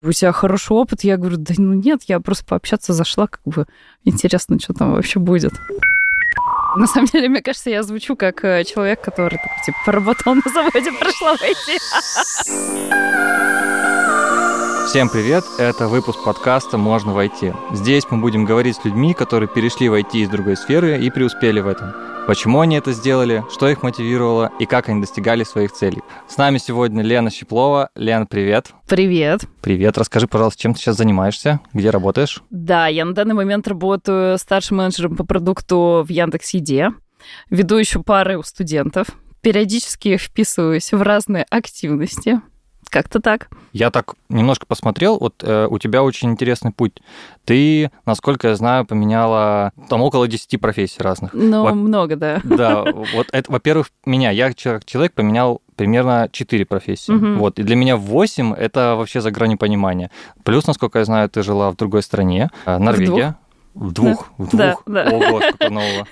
у тебя хороший опыт. Я говорю, да ну нет, я просто пообщаться зашла, как бы интересно, что там вообще будет. На самом деле, мне кажется, я звучу как человек, который такой, типа, поработал на заводе, пришла в IT. Всем привет, это выпуск подкаста «Можно войти». Здесь мы будем говорить с людьми, которые перешли в IT из другой сферы и преуспели в этом. Почему они это сделали, что их мотивировало и как они достигали своих целей. С нами сегодня Лена Щеплова. Лен, привет. Привет. Привет. Расскажи, пожалуйста, чем ты сейчас занимаешься, где работаешь? Да, я на данный момент работаю старшим менеджером по продукту в Яндекс.Еде. Веду еще пары у студентов. Периодически вписываюсь в разные активности. Как-то так. Я так немножко посмотрел, вот у тебя очень интересный путь. Ты, насколько я знаю, поменяла там около 10 профессий разных. Ну, много, да. Да, вот это, во-первых, я человек поменял примерно 4 профессии. Угу. Вот, и для меня 8 это вообще за гранью понимания. Плюс, насколько я знаю, ты жила в другой стране, Норвегия. В двух. Да. Ого, сколько нового.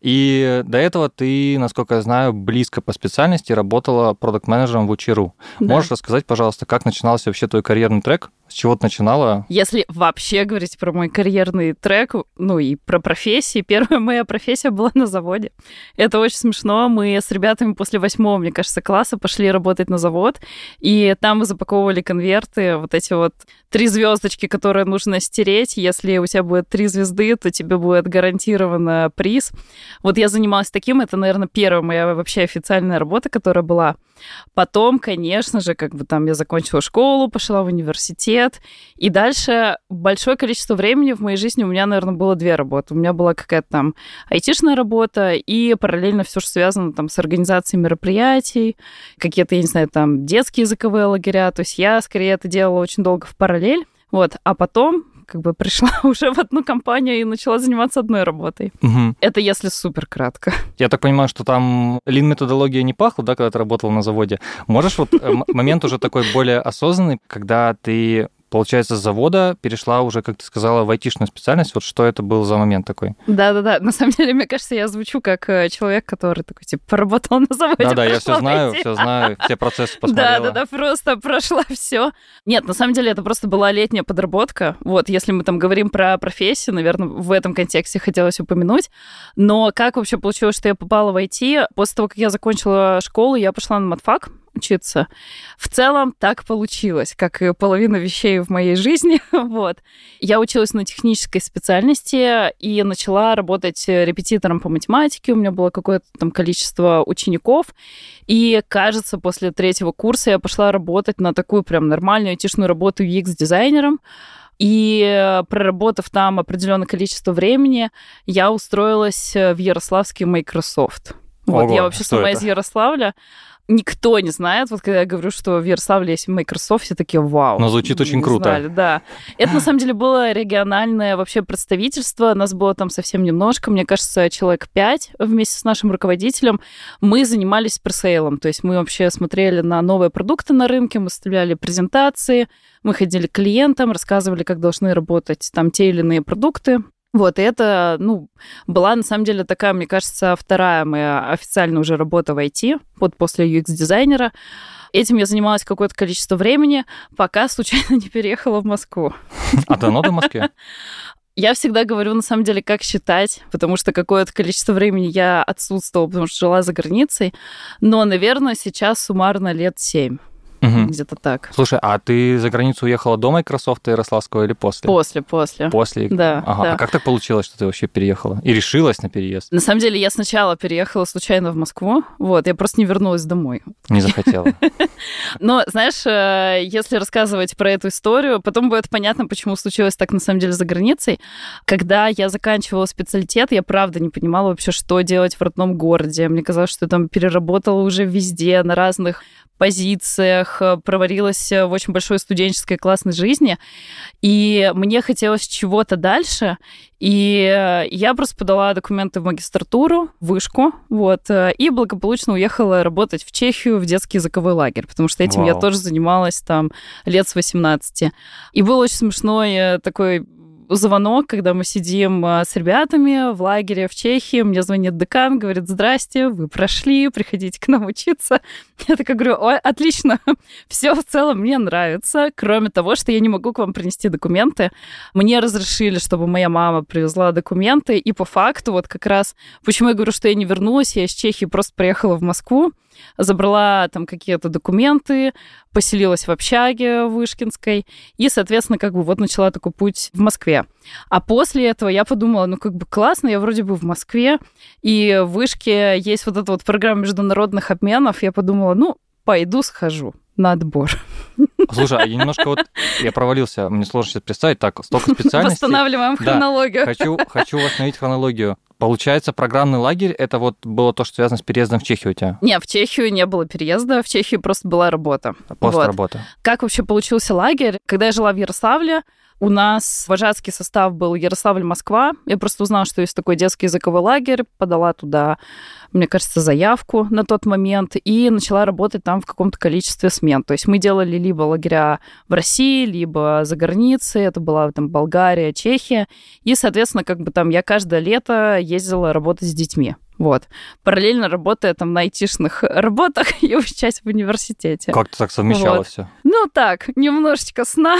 И до этого ты, насколько я знаю, близко по специальности работала продакт-менеджером в Учи.ру. Да. Можешь рассказать, пожалуйста, как начинался вообще твой карьерный трек? С чего ты начинала? Если вообще говорить про мой карьерный трек, ну и про профессии, первая моя профессия была на заводе. Это очень смешно. Мы с ребятами после 8-го, мне кажется, класса пошли работать на завод, и там мы запаковывали конверты, вот эти вот 3 звездочки, которые нужно стереть. Если у тебя будет 3 звезды, то тебе будет гарантирован приз. Вот я занималась таким, это, наверное, первая моя вообще официальная работа, которая была. Потом, конечно же, как бы там я закончила школу, пошла в университет, и дальше большое количество времени в моей жизни у меня, наверное, было 2 работы. У меня была какая-то там айтишная работа, и параллельно все, что связано там с организацией мероприятий, какие-то, я не знаю, там детские языковые лагеря. То есть я, скорее, это делала очень долго в параллель. Вот, а потом как бы пришла уже в одну компанию и начала заниматься одной работой. Угу. Это если супер кратко. Я так понимаю, что там лин-методология не пахла, да, когда ты работала на заводе. Можешь вот момент уже такой более осознанный, когда ты, получается, с завода перешла уже, как ты сказала, в айтишную специальность. Вот что это был за момент такой? Да-да-да. На самом деле, мне кажется, я звучу как человек, который такой, типа, поработал на заводе. Да-да, я все знаю, все процессы посмотрела. Да-да-да, просто прошла все. Нет, на самом деле, это просто была летняя подработка. Вот, если мы там говорим про профессию, наверное, в этом контексте хотелось упомянуть. Но как вообще получилось, что я попала в IT? После того, как я закончила школу, я пошла на матфак учиться. В целом так получилось, как и половина вещей в моей жизни. Вот. Я училась на технической специальности и начала работать репетитором по математике. У меня было какое-то там количество учеников. И, кажется, после 3-го курса я пошла работать на такую прям нормальную айтишную работу UX-дизайнером. И проработав там определенное количество времени, я устроилась в Ярославский Microsoft. Вот. Ого, Я вообще сама из Ярославля. Никто не знает. Вот когда я говорю, что в Ярославле есть Microsoft, все такие вау. Но звучит очень круто. Знали, да. Это, на самом деле, было региональное вообще представительство. Нас было там совсем немножко. Мне кажется, человек 5 вместе с нашим руководителем. Мы занимались пресейлом. То есть мы вообще смотрели на новые продукты на рынке, мы составляли презентации, мы ходили к клиентам, рассказывали, как должны работать там те или иные продукты. Вот, и это, была, на самом деле, такая, мне кажется, вторая моя официальная уже работа в IT, вот после UX-дизайнера. Этим я занималась какое-то количество времени, пока случайно не переехала в Москву. А ты давно в Москве? Я всегда говорю, на самом деле, как считать, потому что какое-то количество времени я отсутствовала, потому что жила за границей, но, наверное, сейчас суммарно лет 7. Угу. Где-то так. Слушай, а ты за границу уехала до Microsoft Ярославского или после? После. Да. Ага. Да. А как так получилось, что ты вообще переехала? И решилась на переезд? На самом деле, я сначала переехала случайно в Москву. Вот, я просто не вернулась домой. Не захотела. Но, знаешь, если рассказывать про эту историю, потом будет понятно, почему случилось так, на самом деле, за границей. Когда я заканчивала специалитет, я правда не понимала вообще, что делать в родном городе. Мне казалось, что я там переработала уже везде, на разных позициях, проварилась в очень большой студенческой классной жизни, и мне хотелось чего-то дальше, и я просто подала документы в магистратуру, в вышку, вот, и благополучно уехала работать в Чехию в детский языковой лагерь, потому что этим я тоже занималась там лет с 18. И был очень смешной такой звонок, когда мы сидим с ребятами в лагере в Чехии, мне звонит декан, говорит: здрасте, вы прошли, приходите к нам учиться. Я такая говорю: ой, отлично, все в целом мне нравится, кроме того, что я не могу к вам принести документы. Мне разрешили, чтобы моя мама привезла документы, и по факту вот как раз, почему я говорю, что я не вернулась, я из Чехии просто приехала в Москву, забрала там какие-то документы, поселилась в общаге Вышкинской и, соответственно, как бы вот начала такой путь в Москве. А после этого я подумала, ну как бы классно, я вроде бы в Москве, и в Вышке есть вот эта вот программа международных обменов, я подумала, ну, пойду схожу на отбор. Слушай, а я немножко я провалился, мне сложно сейчас представить, так, столько специальностей. Восстанавливаем хронологию. Да, хочу восстановить хронологию. Получается, программный лагерь, это вот было то, что связано с переездом в Чехию у тебя? Нет, в Чехию не было переезда, в Чехии просто была работа. Просто работа. Как вообще получился лагерь? Когда я жила в Ярославле, у нас вожатский состав был Ярославль-Москва. Я просто узнала, что есть такой детский языковой лагерь, подала туда, мне кажется, заявку на тот момент и начала работать там в каком-то количестве смен. То есть мы делали либо лагеря в России, либо за границей. Это была там Болгария, Чехия. И, соответственно, как бы там я каждое лето ездила работать с детьми. Вот. Параллельно работая там на айтишных работах и учась в университете. Как ты так совмещала вот. все? Ну так, немножечко сна.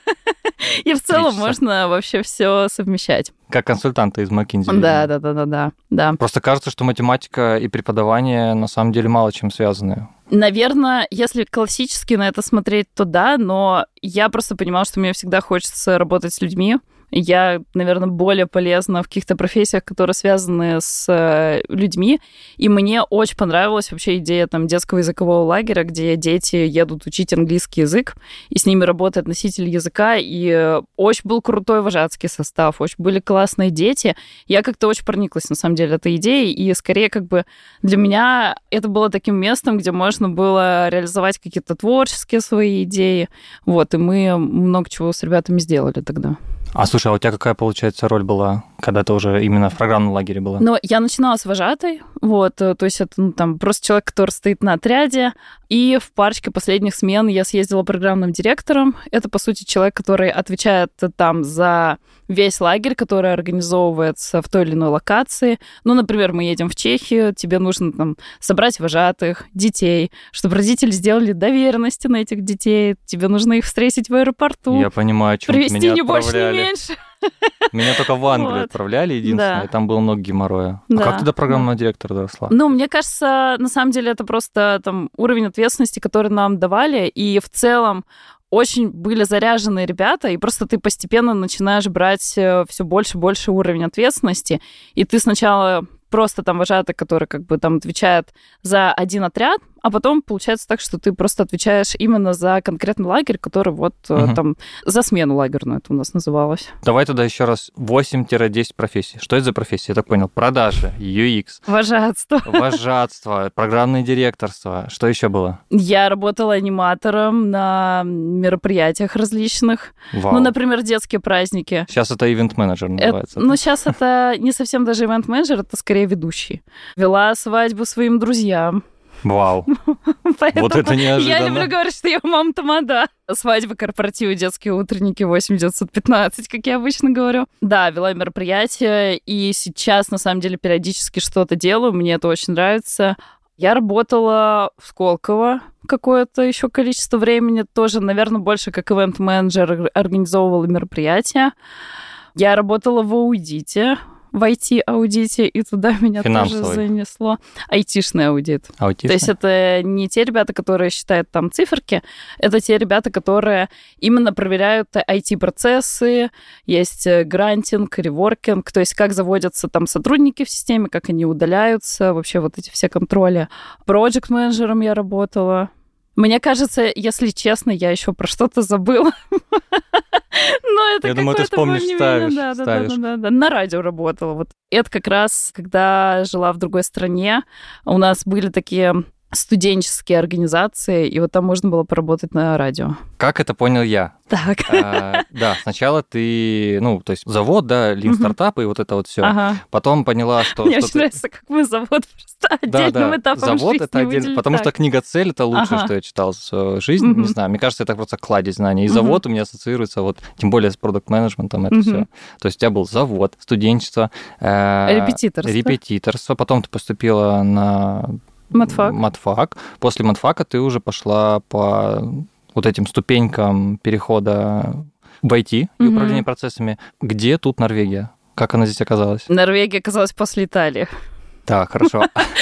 И в целом можно вообще все совмещать. Как консультанты из McKinsey. Да. Просто кажется, что математика и преподавание на самом деле мало чем связаны. Наверное, если классически на это смотреть, то да, но я просто понимала, что мне всегда хочется работать с людьми. Я, наверное, более полезна в каких-то профессиях, которые связаны с людьми. И мне очень понравилась вообще идея там детского языкового лагеря, где дети едут учить английский язык, и с ними работает носитель языка. И очень был крутой вожатский состав, очень были классные дети. Я как-то очень прониклась, на самом деле, этой идеей. И скорее как бы для меня это было таким местом, где можно было реализовать какие-то творческие свои идеи. Вот, и мы много чего с ребятами сделали тогда. А слушай, а у тебя какая, получается, роль была, когда ты уже именно в программном лагере была? Ну, я начинала с вожатой, вот, то есть это там просто человек, который стоит на отряде, и в парочке последних смен я съездила программным директором. Это, по сути, человек, который отвечает там за весь лагерь, который организовывается в той или иной локации. Ну, например, мы едем в Чехию, тебе нужно там собрать вожатых, детей, чтобы родители сделали доверенности на этих детей, тебе нужно их встретить в аэропорту. Я понимаю, о чем ты меня не отправляли. Больше, не меньше. Меня только в Англию отправляли, единственное, и там было много геморроя. А как ты до программного директора доросла? Ну, мне кажется, на самом деле это просто там уровень ответственности, который нам давали, и в целом очень были заряженные ребята, и просто ты постепенно начинаешь брать все больше и больше уровень ответственности, и ты сначала просто там вожатый, который как бы там отвечает за один отряд, а потом получается так, что ты просто отвечаешь именно за конкретный лагерь, который вот там за смену лагерную это у нас называлось. Давай тогда еще раз 8-10 профессий. Что это за профессии? Я так понял. Продажи, UX. Вожатство, программное директорство. Что еще было? Я работала аниматором на мероприятиях различных. Вау. Ну, например, детские праздники. Сейчас это ивент-менеджер называется. Ну, сейчас это не совсем даже ивент-менеджер, это скорее ведущий. Вела свадьбу своим друзьям. Вау. Вот это неожиданно. Я люблю говорить, что я мама-тамада. Свадьбы, корпоративы, детские утренники 8915, как я обычно говорю. Да, вела мероприятия, и сейчас, на самом деле, периодически что-то делаю, мне это очень нравится. Я работала в Сколково какое-то еще количество времени, тоже, наверное, больше как ивент-менеджер, организовывала мероприятия. Я работала в аудите, в IT-аудите, и туда меня тоже занесло. Айтишный аудит. Аутичный? То есть это не те ребята, которые считают там циферки, это те ребята, которые именно проверяют IT-процессы, есть грантинг, реворкинг, то есть как заводятся там сотрудники в системе, как они удаляются, вообще вот эти все контроли. Проджект-менеджером я работала. Мне кажется, если честно, я еще про что-то забыла. Но это я думаю, ты вспомнишь, ставишь. Да. На радио работала. Вот это как раз, когда жила в другой стране, у нас были такие студенческие организации, и вот там можно было поработать на радио. Как это понял я? Так. Да, сначала ты, то есть завод, да, лин-стартап и вот это вот все. Ага. Потом поняла, что... Мне очень нравится, как мы завод просто отдельным этапом завод жизни это отдельно, выделили. потому что книга «Цель» — это лучшее, что я читал за свою жизнь. Не знаю, мне кажется, это просто кладезь знаний. И завод у меня ассоциируется, вот, тем более с продакт-менеджментом, это все. То есть у тебя был завод, студенчество, репетиторство. Потом ты поступила на... Матфак. После матфака ты уже пошла по вот этим ступенькам перехода в IT и управление процессами. Где тут Норвегия? Как она здесь оказалась? Норвегия оказалась после Италии. Так, хорошо.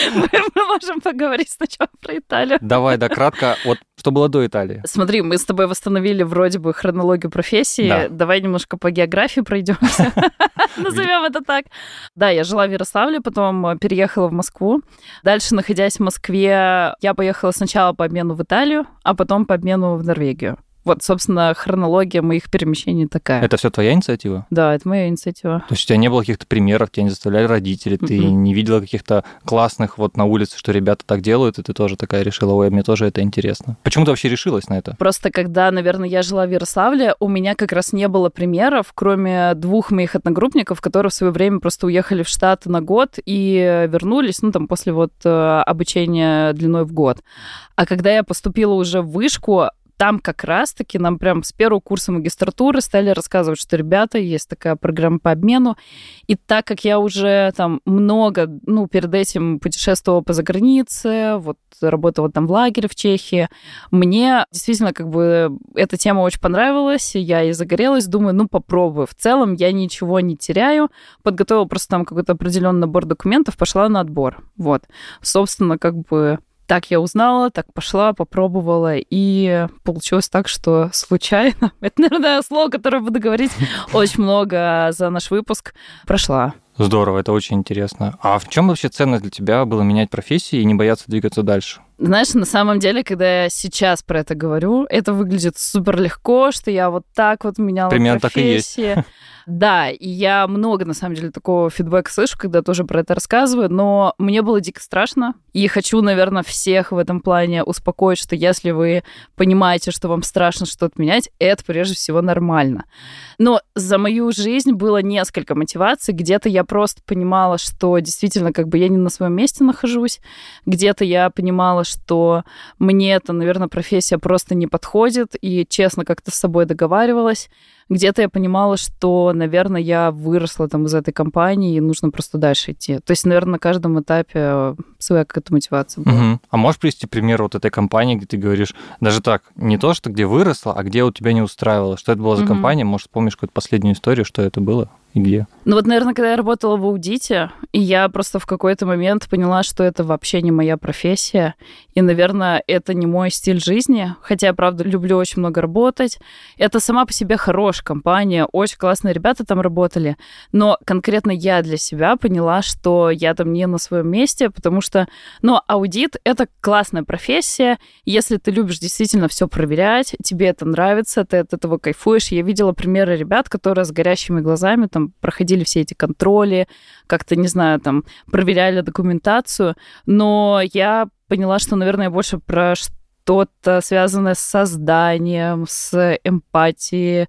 Мы можем поговорить сначала про Италию. Давай, да, кратко. Вот что было до Италии? Смотри, мы с тобой восстановили вроде бы хронологию профессии. Да. Давай немножко по географии пройдемся. Назовем это так. Да, я жила в Ярославле, потом переехала в Москву. Дальше, находясь в Москве, я поехала сначала по обмену в Италию, а потом по обмену в Норвегию. Вот, собственно, хронология моих перемещений такая. Это все твоя инициатива? Да, это моя инициатива. То есть у тебя не было каких-то примеров, тебя не заставляли родители, ты не видела каких-то классных вот на улице, что ребята так делают, и ты тоже такая решила, ой, мне тоже это интересно. Почему ты вообще решилась на это? Просто когда, наверное, я жила в Ярославле, у меня как раз не было примеров, кроме 2 моих одногруппников, которые в свое время просто уехали в Штаты на год и вернулись, после вот обучения длиной в год. А когда я поступила уже в вышку, там как раз-таки нам прям с первого курса магистратуры стали рассказывать, что, ребята, есть такая программа по обмену. И так как я уже там много, перед этим путешествовала по загранице, вот работала там в лагере в Чехии, мне действительно как бы эта тема очень понравилась, я и загорелась, думаю, попробую. В целом я ничего не теряю, подготовила просто там какой-то определенный набор документов, пошла на отбор. Вот. Собственно, как бы... Так я узнала, так пошла, попробовала, и получилось так, что случайно, это, наверное, слово, которое буду говорить очень много за наш выпуск, прошла. Здорово, это очень интересно. А в чем вообще ценность для тебя было менять профессии и не бояться двигаться дальше? Знаешь, на самом деле, когда я сейчас про это говорю, это выглядит супер легко, что я вот так вот меняла примерно профессии. Так и есть. Да, и я много, на самом деле, такого фидбэка слышу, когда тоже про это рассказываю, но мне было дико страшно, и хочу, наверное, всех в этом плане успокоить, что если вы понимаете, что вам страшно что-то менять, это, прежде всего, нормально. Но за мою жизнь было несколько мотиваций, где-то я просто понимала, что действительно как бы я не на своем месте нахожусь, где-то я понимала, что мне эта, наверное, профессия просто не подходит, и честно как-то с собой договаривалась. Где-то я понимала, что, наверное, я выросла там из этой компании, и нужно просто дальше идти. То есть, наверное, на каждом этапе своя какая-то мотивация была. Угу. А можешь привести пример вот этой компании, где ты говоришь, даже так, не то, что где выросла, а где у тебя не устраивало? Что это была за компания? Может, помнишь какую-то последнюю историю, что это было и где? Наверное, когда я работала в аудите, и я просто в какой-то момент поняла, что это вообще не моя профессия, и, наверное, это не мой стиль жизни, хотя я, правда, люблю очень много работать. Это сама по себе хорошая компания, очень классные ребята там работали, но конкретно я для себя поняла, что я там не на своем месте, потому что, аудит — это классная профессия, если ты любишь действительно все проверять, тебе это нравится, ты от этого кайфуешь. Я видела примеры ребят, которые с горящими глазами там проходили все эти контроли, как-то, не знаю, там проверяли документацию, но я поняла, что, наверное, больше про что-то связанное с созданием, с эмпатией,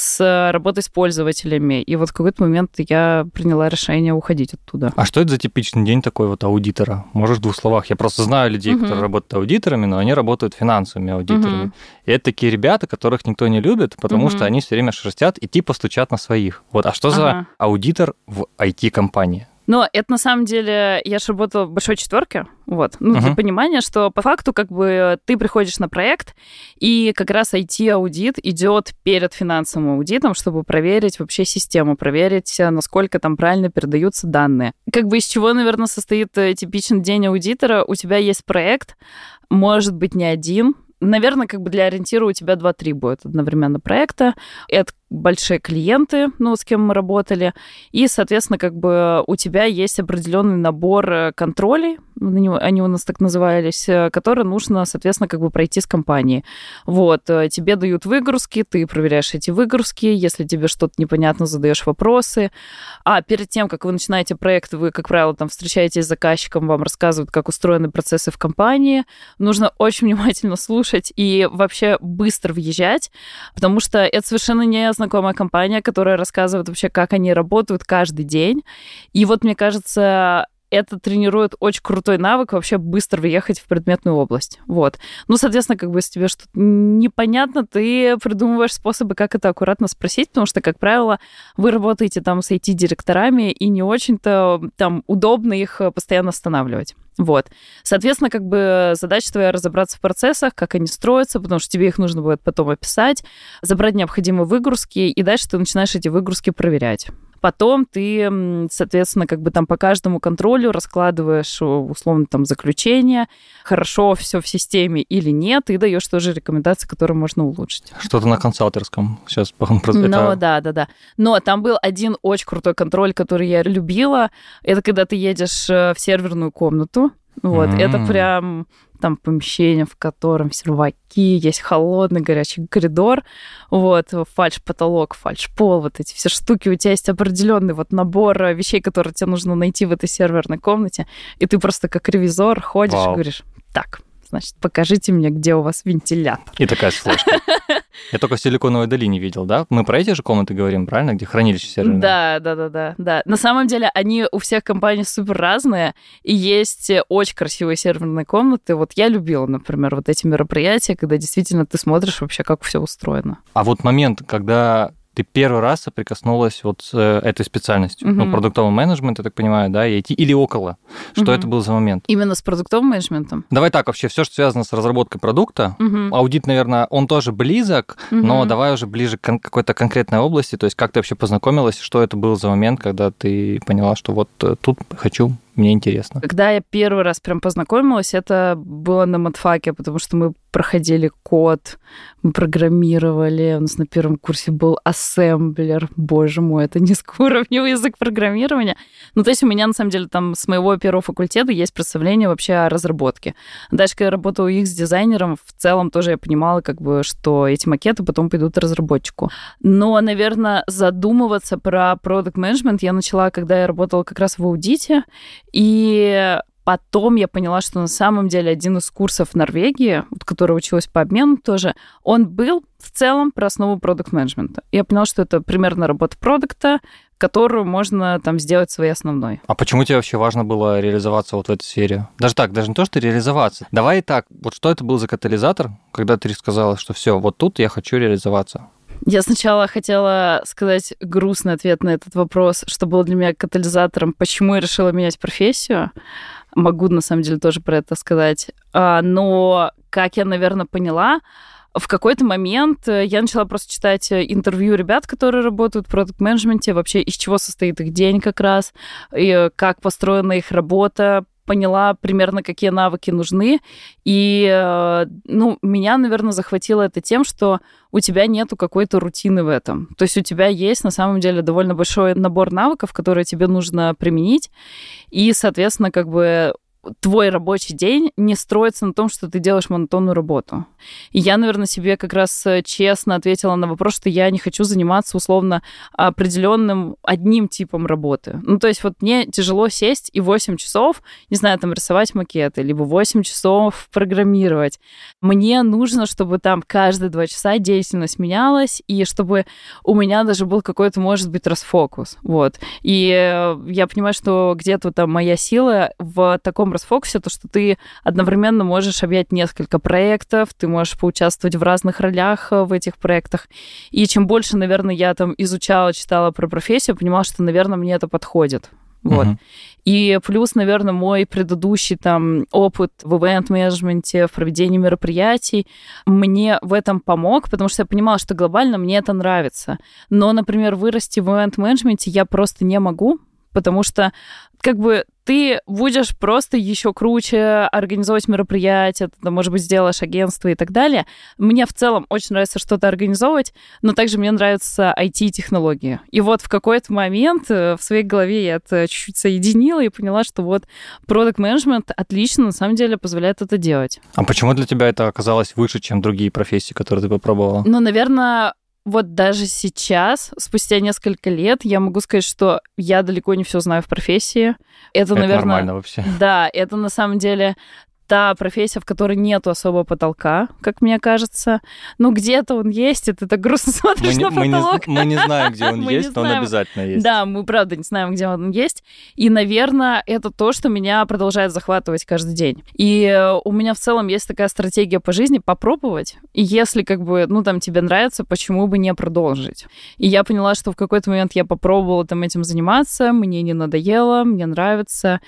с работой с пользователями. И вот в какой-то момент я приняла решение уходить оттуда. А что это за типичный день такой вот аудитора? Можешь в 2 словах? Я просто знаю людей, которые работают аудиторами, но они работают финансовыми аудиторами. И это такие ребята, которых никто не любит, потому что они все время шерстят и типа стучат на своих. Вот, а что за аудитор в IT-компании? Но это на самом деле, я же работала в большой 4, вот, для понимания, что по факту как бы ты приходишь на проект, и как раз IT-аудит идет перед финансовым аудитом, чтобы проверить вообще систему, проверить, насколько там правильно передаются данные. Как бы из чего, наверное, состоит типичный день аудитора? У тебя есть проект, может быть, не один. Наверное, как бы для ориентира у тебя 2-3 будет одновременно проекта. Это большие клиенты, с кем мы работали, и, соответственно, как бы у тебя есть определенный набор контролей, они у нас так назывались, которые нужно, соответственно, как бы пройти с компанией. Вот, тебе дают выгрузки, ты проверяешь эти выгрузки, если тебе что-то непонятно, задаешь вопросы. А перед тем, как вы начинаете проект, вы, как правило, там встречаетесь с заказчиком, вам рассказывают, как устроены процессы в компании. Нужно очень внимательно слушать и вообще быстро въезжать, потому что это совершенно не знакомая компания, которая рассказывает вообще, как они работают каждый день. И вот, мне кажется, это тренирует очень крутой навык вообще быстро въехать в предметную область. Вот. Соответственно, как бы если тебе что-то непонятно, ты придумываешь способы, как это аккуратно спросить, потому что, как правило, вы работаете там с IT-директорами, и не очень-то там удобно их постоянно останавливать. Вот. Соответственно, как бы задача твоя разобраться в процессах, как они строятся, потому что тебе их нужно будет потом описать, забрать необходимые выгрузки, и дальше ты начинаешь эти выгрузки проверять. Потом ты, соответственно, как бы там по каждому контролю раскладываешь, условно, там, заключение, хорошо все в системе или нет, и даешь тоже рекомендации, которые можно улучшить. Что-то на консалтерском сейчас. Да. Но там был один очень крутой контроль, который я любила. Это когда ты едешь в серверную комнату. Вот, это прям там помещение, в котором серваки, есть холодный горячий коридор, вот, фальш-потолок, фальш-пол, вот эти все штуки, у тебя есть определенный вот набор вещей, которые тебе нужно найти в этой серверной комнате, и ты просто как ревизор ходишь и говоришь, так, значит, покажите мне, где у вас вентилятор. И такая флешка. Я только в Силиконовой долине видел, да? Мы про эти же комнаты говорим, правильно? Где хранилище серверное? Да. На самом деле они у всех компаний супер разные, и есть очень красивые серверные комнаты. Вот я любила, например, вот эти мероприятия, когда действительно ты смотришь вообще, как все устроено. А вот момент, когда ты первый раз соприкоснулась вот с этой специальностью, продуктовый менеджмент, я так понимаю, да, и IT, или около. Что это был за момент? Именно с продуктовым менеджментом? Давай так, вообще все, что связано с разработкой продукта, аудит, наверное, он тоже близок, но давай уже ближе к какой-то конкретной области, то есть как ты вообще познакомилась, что это был за момент, когда ты поняла, что вот тут хочу, мне интересно. Когда я первый раз прям познакомилась, это было на матфаке, потому что мы проходили код, мы программировали, у нас на первом курсе был ассемблер, боже мой, это низкоуровневый язык программирования. То есть у меня, на самом деле, там с моего первого факультета есть представление вообще о разработке. Дальше, когда я работала UX-дизайнером, в целом тоже я понимала, как бы, что эти макеты потом пойдут разработчику. Но, наверное, задумываться про продакт-менеджмент я начала, когда я работала как раз в аудите, и потом я поняла, что на самом деле один из курсов в Норвегии, который училась по обмену тоже, он был в целом про основу продакт-менеджмента. Я поняла, что это примерно работа продукта, которую можно там сделать своей основной. А почему тебе вообще важно было реализоваться вот в этой сфере? Даже не то, что реализоваться. Давай так, вот что это был за катализатор, когда ты сказала, что все, вот тут я хочу реализоваться? Я сначала хотела сказать грустный ответ на этот вопрос, что было для меня катализатором, почему я решила менять профессию. Могу, на самом деле, тоже про это сказать. Но, как я, наверное, поняла, в какой-то момент я начала просто читать интервью ребят, которые работают в продакт-менеджменте, вообще из чего состоит их день как раз, и как построена их работа, поняла примерно, какие навыки нужны. И, меня, наверное, захватило это тем, что у тебя нету какой-то рутины в этом. То есть у тебя есть, на самом деле, довольно большой набор навыков, которые тебе нужно применить. И, соответственно, как бы твой рабочий день не строится на том, что ты делаешь монотонную работу. И я, наверное, себе как раз честно ответила на вопрос, что я не хочу заниматься условно определенным одним типом работы. То есть вот мне тяжело сесть и 8 часов, не знаю, там рисовать макеты, либо 8 часов программировать. Мне нужно, чтобы там каждые 2 часа деятельность менялась, и чтобы у меня даже был какой-то, может быть, расфокус. Вот. И я понимаю, что где-то там моя сила в таком расфокусе, то, что ты одновременно можешь объять несколько проектов, ты можешь поучаствовать в разных ролях в этих проектах. И чем больше, наверное, я там изучала, читала про профессию, понимала, что, наверное, мне это подходит. Вот. И плюс, наверное, мой предыдущий там опыт в ивент-менеджменте, в проведении мероприятий мне в этом помог, потому что я понимала, что глобально мне это нравится. Но, например, вырасти в ивент-менеджменте я просто не могу, потому что как бы ты будешь просто еще круче организовывать мероприятия, ты, может быть, сделаешь агентство и так далее. Мне в целом очень нравится что-то организовывать, но также мне нравятся IT-технологии. И вот в какой-то момент в своей голове я это чуть-чуть соединила и поняла, что вот продакт-менеджмент отлично, на самом деле, позволяет это делать. А почему для тебя это оказалось выше, чем другие профессии, которые ты попробовала? Ну, наверное, вот даже сейчас, спустя несколько лет, я могу сказать, что я далеко не все знаю в профессии. Это, наверное, нормально вообще. Да, это на самом деле та профессия, в которой нету особого потолка, как мне кажется. Ну, где-то он есть, и ты так грустно смотришь на потолок. Мы не знаем, где он есть, но он обязательно есть. Да, мы правда не знаем, где он есть. И, наверное, это то, что меня продолжает захватывать каждый день. И у меня в целом есть такая стратегия по жизни — попробовать. И если как бы, ну, там, тебе нравится, почему бы не продолжить? И я поняла, что в какой-то момент я попробовала там этим заниматься, мне не надоело, мне нравится.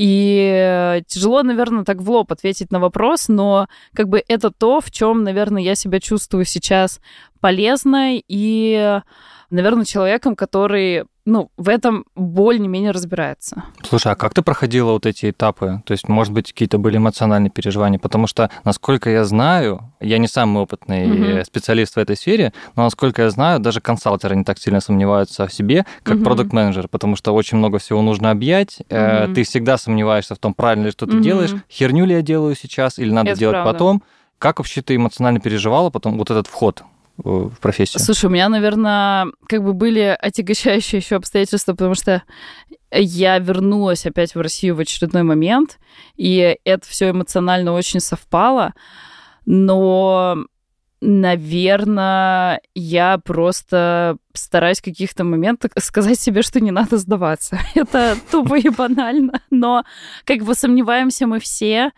И тяжело, наверное, так в лоб ответить на вопрос, но как бы это то, в чем, наверное, я себя чувствую сейчас полезной и, наверное, человеком, который, ну, в этом более-менее разбирается. Слушай, а как ты проходила вот эти этапы? То есть, может быть, какие-то были эмоциональные переживания? Потому что, насколько я знаю, я не самый опытный специалист в этой сфере, но, насколько я знаю, даже консалтеры не так сильно сомневаются в себе, как продакт-менеджер, потому что очень много всего нужно объять. Ты всегда сомневаешься в том, правильно ли что ты делаешь, херню ли я делаю сейчас, или надо делать потом. Как вообще ты эмоционально переживала потом вот этот вход в профессию? Слушай, у меня, наверное, как бы были отягощающие еще обстоятельства, потому что я вернулась опять в Россию в очередной момент, и это все эмоционально очень совпало, но, наверное, я просто стараюсь в каких-то моментах сказать себе, что не надо сдаваться. Это тупо и банально, но как бы сомневаемся мы все,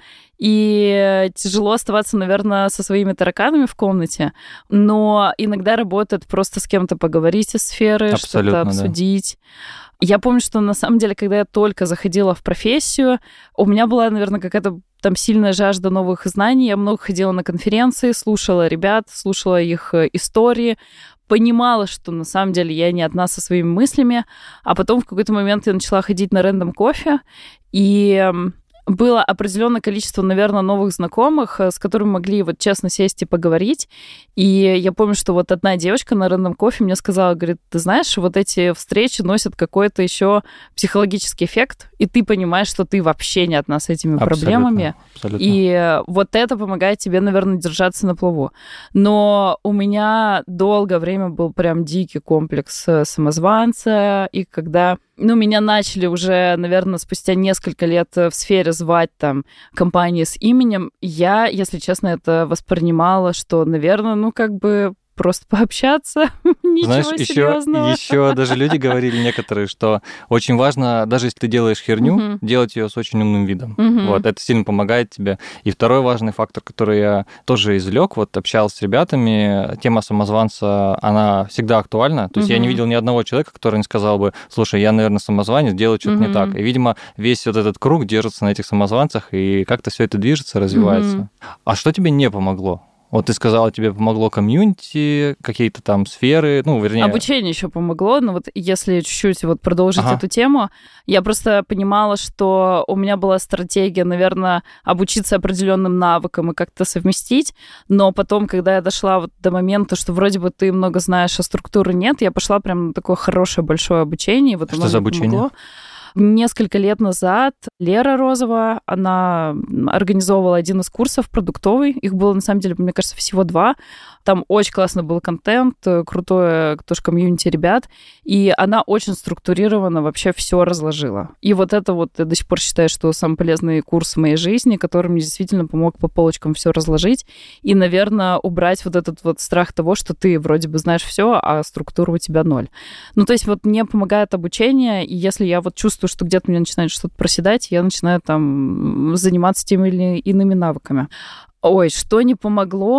и тяжело оставаться, наверное, со своими тараканами в комнате, но иногда работает просто с кем-то поговорить из сферы, что-то обсудить. Да. Я помню, что на самом деле, когда я только заходила в профессию, у меня была, наверное, какая-то там сильная жажда новых знаний. Я много ходила на конференции, слушала ребят, слушала их истории, понимала, что на самом деле я не одна со своими мыслями, а потом в какой-то момент я начала ходить на Random Coffee, и было определенное количество, наверное, новых знакомых, с которыми могли вот честно сесть и поговорить. И я помню, что вот одна девочка на Random Coffee мне сказала, говорит, ты знаешь, вот эти встречи носят какой-то еще психологический эффект, и ты понимаешь, что ты вообще не одна с этими проблемами. Абсолютно. И вот это помогает тебе, наверное, держаться на плаву. Но у меня долгое время был прям дикий комплекс самозванца, и когда меня начали уже, наверное, спустя несколько лет в сфере звать там компании с именем, я, если честно, это воспринимала, что, наверное, как бы просто пообщаться, ничего серьезного. Еще даже люди говорили некоторые, что очень важно, даже если ты делаешь херню, делать ее с очень умным видом. Вот, это сильно помогает тебе. И второй важный фактор, который я тоже извлек, вот общался с ребятами, тема самозванца, она всегда актуальна. То есть я не видел ни одного человека, который не сказал бы, слушай, я, наверное, самозванец, делаю что-то не так. И, видимо, весь вот этот круг держится на этих самозванцах, и как-то все это движется, развивается. А что тебе не помогло? Вот ты сказала, тебе помогло комьюнити, какие-то там сферы, вернее... Обучение еще помогло, но вот если чуть-чуть вот продолжить эту тему, я просто понимала, что у меня была стратегия, наверное, обучиться определенным навыкам и как-то совместить, но потом, когда я дошла вот до момента, что вроде бы ты много знаешь, а структуры нет, я пошла прям на такое хорошее большое обучение. Вот что за обучение? Помогло. Несколько лет назад Лера Розова, она организовывала один из курсов продуктовый. Их было, на самом деле, мне кажется, всего 2. Там очень классный был контент, крутое тоже комьюнити ребят. И она очень структурированно вообще все разложила. И вот это вот я до сих пор считаю, что самый полезный курс в моей жизни, который мне действительно помог по полочкам все разложить. И, наверное, убрать вот этот вот страх того, что ты вроде бы знаешь все, а структура у тебя 0. То есть вот мне помогает обучение, и если я вот чувствую, что где-то мне начинает что-то проседать, я начинаю там заниматься теми или иными навыками. Ой, что не помогло?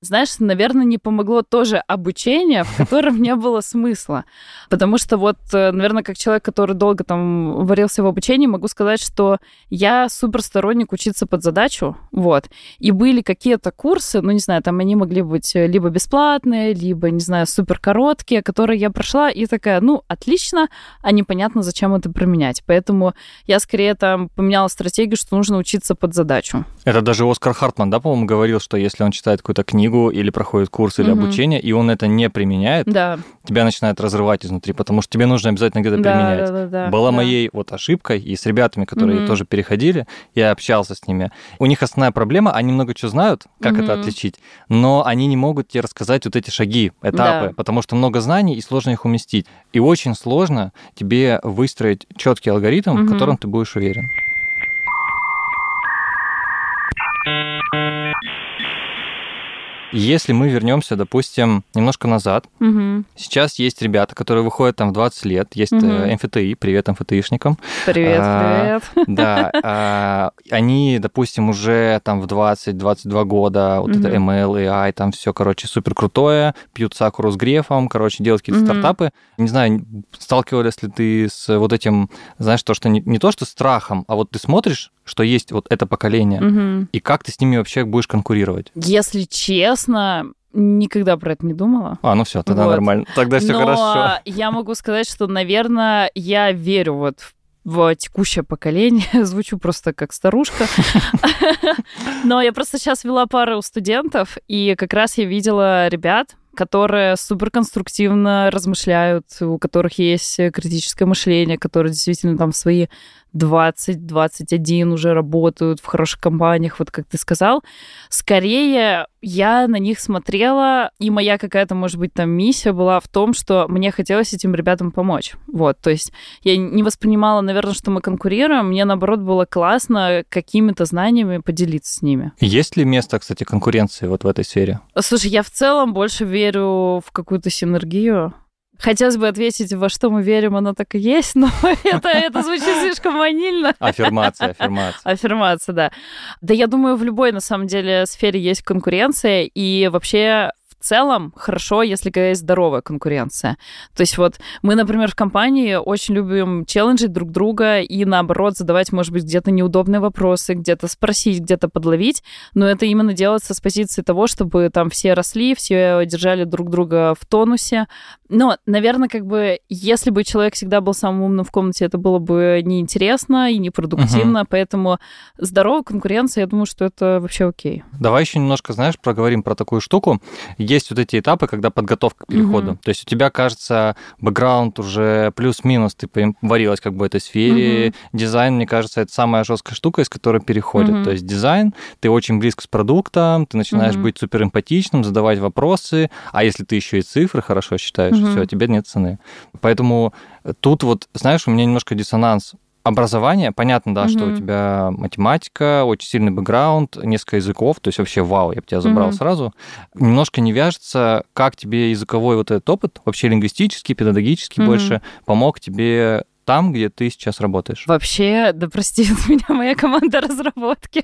Знаешь, наверное, не помогло тоже обучение, в котором не было смысла. Потому что вот, наверное, как человек, который долго там варился в обучении, могу сказать, что я суперсторонник учиться под задачу, вот. И были какие-то курсы, ну, не знаю, там они могли быть либо бесплатные, либо, не знаю, суперкороткие, которые я прошла, и такая, ну, отлично, а непонятно, зачем это применять. Поэтому я скорее там поменяла стратегию, что нужно учиться под задачу. Это даже Оскар Хартман, да, по-моему, говорил, что если он читает какую-то книгу или проходит курс или обучение, и он это не применяет, тебя начинает разрывать изнутри, потому что тебе нужно обязательно где-то применять. Была моей вот ошибкой, и с ребятами, которые тоже переходили, я общался с ними. У них основная проблема, они много чего знают, как это отличить, но они не могут тебе рассказать вот эти шаги, этапы, потому что много знаний, и сложно их уместить. И очень сложно тебе выстроить четкий алгоритм, в котором ты будешь уверен. Если мы вернемся, допустим, немножко назад, сейчас есть ребята, которые выходят там в 20 лет, есть МФТИ, привет МФТИшникам. Привет. Да, они, допустим, уже там в 20-22 года, вот это ML, AI, там все, короче, супер крутое, пьют сакуру с Грефом, короче, делают какие-то стартапы. Не знаю, сталкивались ли ты с вот этим, знаешь, то, что не то, что страхом, а вот ты смотришь, что есть вот это поколение, и как ты с ними вообще будешь конкурировать? Если честно, никогда про это не думала. Ну все, тогда нормально. Тогда все хорошо. Но я могу сказать, что, наверное, я верю вот в текущее поколение. Звучу просто как старушка. Но я просто сейчас вела пару студентов, и как раз я видела ребят, которые суперконструктивно размышляют, у которых есть критическое мышление, которые действительно там в свои 20-21 уже работают в хороших компаниях, вот как ты сказал. Скорее, я на них смотрела, и моя какая-то, может быть, там миссия была в том, что мне хотелось этим ребятам помочь. Вот, то есть я не воспринимала, наверное, что мы конкурируем, мне, наоборот, было классно какими-то знаниями поделиться с ними. Есть ли место, кстати, конкуренции вот в этой сфере? Слушай, я в целом больше верю в какую-то синергию. Хотелось бы ответить, во что мы верим, оно так и есть, но это звучит слишком ванильно. Аффирмация. Аффирмация, да. Да, я думаю, в любой, на самом деле, сфере есть конкуренция, и вообще в целом хорошо, если есть здоровая конкуренция. То есть вот мы, например, в компании очень любим челленджить друг друга и, наоборот, задавать, может быть, где-то неудобные вопросы, где-то спросить, где-то подловить, но это именно делается с позиции того, чтобы там все росли, все держали друг друга в тонусе. Но, наверное, как бы, если бы человек всегда был самым умным в комнате, это было бы неинтересно и непродуктивно, поэтому здоровая конкуренция, я думаю, что это вообще окей. Давай еще немножко, знаешь, проговорим про такую штуку. Есть вот эти этапы, когда подготовка к переходу. То есть у тебя, кажется, бэкграунд уже плюс-минус, ты варилась как бы в этой сфере. Дизайн, мне кажется, это самая жесткая штука, из которой переходит. То есть дизайн, ты очень близко с продуктом, ты начинаешь быть суперэмпатичным, задавать вопросы, а если ты еще и цифры хорошо считаешь, все, тебе нет цены. Поэтому тут вот, знаешь, у меня немножко диссонанс. Образование, понятно, да, что у тебя математика, очень сильный бэкграунд, несколько языков, то есть вообще вау, я бы тебя забрал сразу. Немножко не вяжется, как тебе языковой вот этот опыт, вообще лингвистический, педагогический больше, помог тебе там, где ты сейчас работаешь? Вообще, да простит меня моя команда разработки.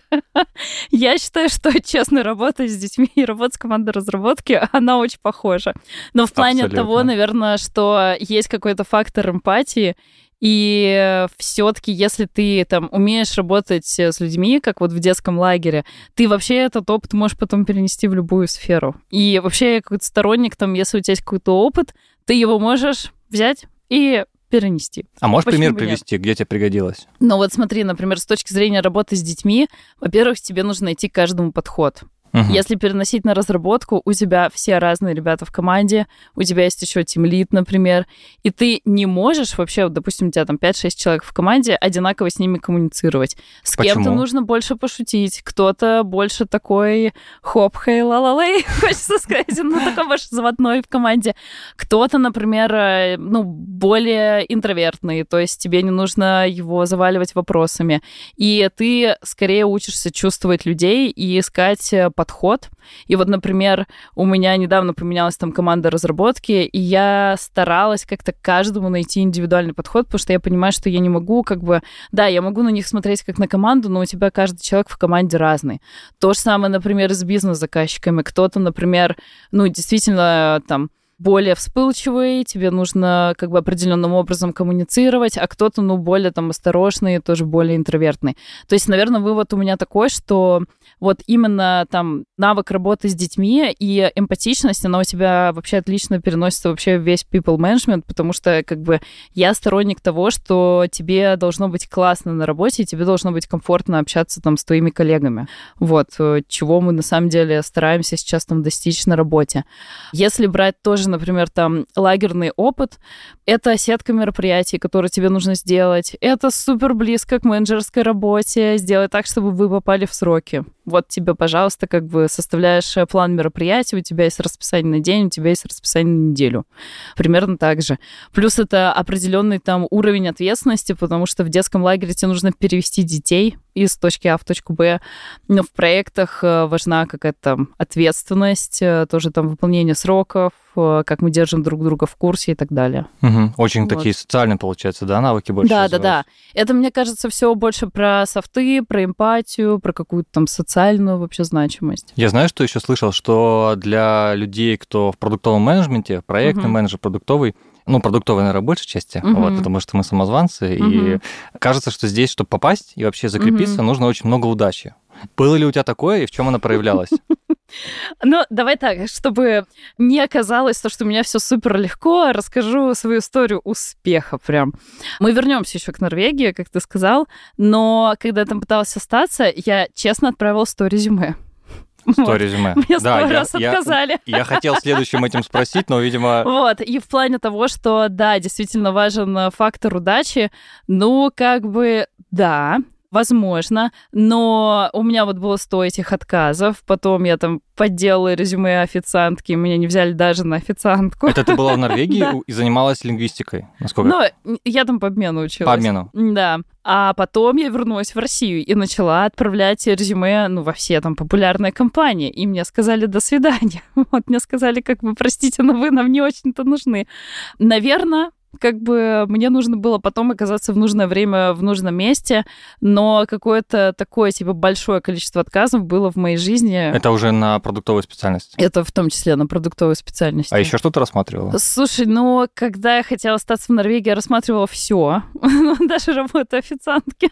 Я считаю, что честно работать с детьми и работать с командой разработки, она очень похожа. Но в плане того, наверное, что есть какой-то фактор эмпатии, и все-таки, если ты там умеешь работать с людьми, как вот в детском лагере, ты вообще этот опыт можешь потом перенести в любую сферу. И вообще я какой-то сторонник, там, если у тебя есть какой-то опыт, ты его можешь взять и перенести. А можешь пример привести, где тебе пригодилось? Ну вот смотри, например, с точки зрения работы с детьми, во-первых, тебе нужно найти к каждому подход. Если переносить на разработку, у тебя все разные ребята в команде, у тебя есть еще тимлид, например, и ты не можешь вообще, вот, допустим, у тебя там 5-6 человек в команде, одинаково с ними коммуницировать. С кем-то нужно больше пошутить, кто-то больше такой хоп-хей-ла-ла-лей, хочется сказать, ну, такой больше заводной в команде. Кто-то, например, ну, более интровертный, то есть тебе не нужно его заваливать вопросами. И ты скорее учишься чувствовать людей и искать подход подход. И вот, например, у меня недавно поменялась там команда разработки, и я старалась как-то каждому найти индивидуальный подход, потому что я понимаю, что я не могу да, я могу на них смотреть как на команду, но у тебя каждый человек в команде разный. То же самое, например, с бизнес-заказчиками. Кто-то, например, действительно там более вспыльчивый, тебе нужно определенным образом коммуницировать, а кто-то, более там осторожный, тоже более интровертный. То есть, наверное, вывод у меня такой, что вот именно там навык работы с детьми и эмпатичность, она у тебя вообще отлично переносится вообще в весь people management, потому что я сторонник того, что тебе должно быть классно на работе, и тебе должно быть комфортно общаться там с твоими коллегами. Вот, чего мы на самом деле стараемся сейчас там достичь на работе. Если брать тоже, например, там лагерный опыт, это сетка мероприятий, которые тебе нужно сделать. Это супер близко к менеджерской работе. Сделать так, чтобы вы попали в сроки. Вот тебе, пожалуйста, составляешь план мероприятий, у тебя есть расписание на день, у тебя есть расписание на неделю. Примерно так же. Плюс это определенный там уровень ответственности, потому что в детском лагере тебе нужно перевести детей из точки А в точку Б. Но в проектах важна какая-то там ответственность, тоже там выполнение сроков, как мы держим друг друга в курсе и так далее. Угу. Очень такие социальные, получается, да, навыки больше развиваются? Да. Это, мне кажется, все больше про софты, про эмпатию, про какую-то там социальную вообще значимость. Я знаю, что еще слышал, что для людей, кто в продуктовом менеджменте, проектный менеджер, продуктовый, продуктовый, наверное, большей части, потому что мы самозванцы, и кажется, что здесь, чтобы попасть и вообще закрепиться, нужно очень много удачи. Было ли у тебя такое, и в чем она проявлялась? Давай так, чтобы не оказалось то, что у меня все супер легко, расскажу свою историю успеха прям. Мы вернемся еще к Норвегии, как ты сказал, но когда я там пыталась остаться, я честно отправила 100 резюме. 100 резюме. Мне 100 раз отказали. Я хотел следующим этим спросить, но, видимо... Вот, и в плане того, что, да, действительно важен фактор удачи, да, возможно, но у меня вот было 100 этих отказов, потом я там подделала резюме официантки, меня не взяли даже на официантку. Это ты была в Норвегии и занималась лингвистикой? Насколько? Я там по обмену училась. По обмену? Да. А потом я вернулась в Россию и начала отправлять резюме, во все там популярные компании. И мне сказали «до свидания». Мне сказали, простите, но вы нам не очень-то нужны. Наверное, мне нужно было потом оказаться в нужное время в нужном месте, но какое-то такое, большое количество отказов было в моей жизни. Это уже на продуктовую специальность? Это в том числе на продуктовую специальность. А еще что ты рассматривала? Слушай, когда я хотела остаться в Норвегии, я рассматривала все, даже работу официантки.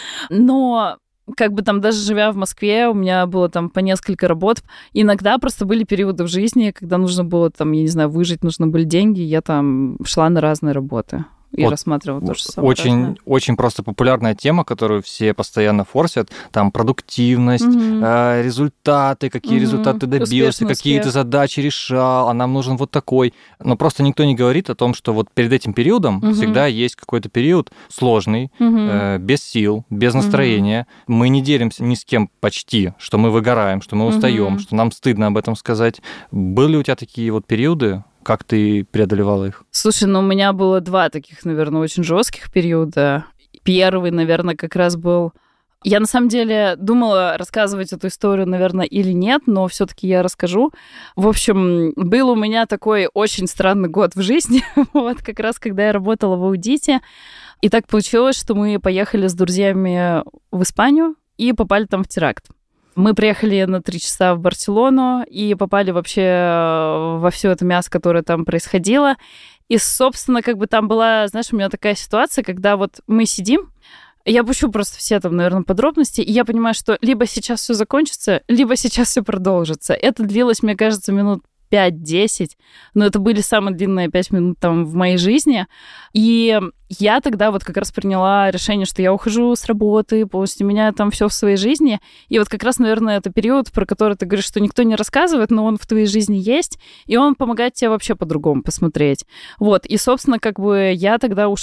Но там даже живя в Москве, у меня было там по несколько работ. Иногда просто были периоды в жизни, когда нужно было там, я не знаю, выжить, нужны были деньги, я там шла на разные работы. И рассматривал то же самое. Очень просто популярная тема, которую все постоянно форсят. Там продуктивность, результаты, какие результаты ты добился, какие ты задачи решал, а нам нужен вот такой. Но просто никто не говорит о том, что вот перед этим периодом всегда есть какой-то период сложный, без сил, без настроения. Мы не делимся ни с кем почти, что мы выгораем, что мы устаем, что нам стыдно об этом сказать. Были у тебя такие вот периоды? Как ты преодолевала их? Слушай, у меня было 2 таких, наверное, очень жестких периода. Первый, наверное, как раз был... Я, на самом деле, думала рассказывать эту историю, наверное, или нет, но все-таки я расскажу. В общем, был у меня такой очень странный год в жизни, как раз когда я работала в аудите. И так получилось, что мы поехали с друзьями в Испанию и попали там в теракт. Мы приехали на 3 часа в Барселону и попали вообще во все это мясо, которое там происходило. И, собственно, там была, знаешь, у меня такая ситуация, когда вот мы сидим, я пущу просто все там, наверное, подробности, и я понимаю, что либо сейчас все закончится, либо сейчас все продолжится. Это длилось, мне кажется, минут 5-10, но это были самые длинные 5 минут там в моей жизни. И я тогда вот как раз приняла решение, что я ухожу с работы, полностью меняю там все в своей жизни. И вот как раз, наверное, это период, про который ты говоришь, что никто не рассказывает, но он в твоей жизни есть, и он помогает тебе вообще по-другому посмотреть. Вот, и, собственно, я тогда ушла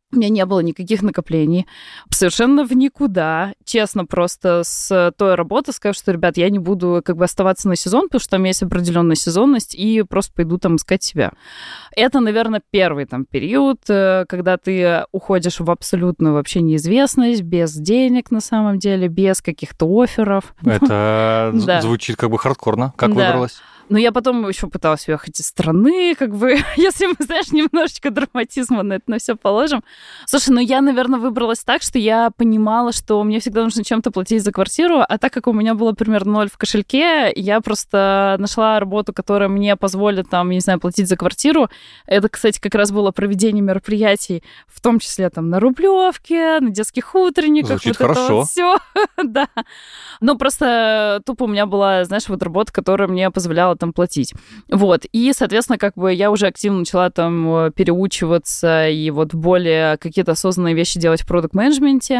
У меня не было никаких накоплений. Совершенно в никуда. Честно, просто с той работы скажу, что, ребят, я не буду как бы оставаться на сезон, потому что там есть определенная сезонность, и просто пойду там искать себя. Это, наверное, первый там период, когда ты уходишь в абсолютную вообще неизвестность, без денег на самом деле, без каких-то офферов. Это звучит как бы хардкорно. Как выбралась? Но я потом еще пыталась уехать из страны, как бы, если мы, знаешь, немножечко драматизма на это на все положим. Слушай, ну я, наверное, выбралась так, что я понимала, что мне всегда нужно чем-то платить за квартиру, а так как у меня было примерно 0 в кошельке, я просто нашла работу, которая мне позволит, там, не знаю, платить за квартиру. Это, кстати, как раз было проведение мероприятий, в том числе там на Рублевке, на детских утренниках. Звучит вот хорошо. Это вот все, да. Ну, просто тупо у меня была, знаешь, вот работа, которая мне позволяла там платить. Вот. И, соответственно, как бы я уже активно начала там переучиваться и вот более какие-то осознанные вещи делать в продакт-менеджменте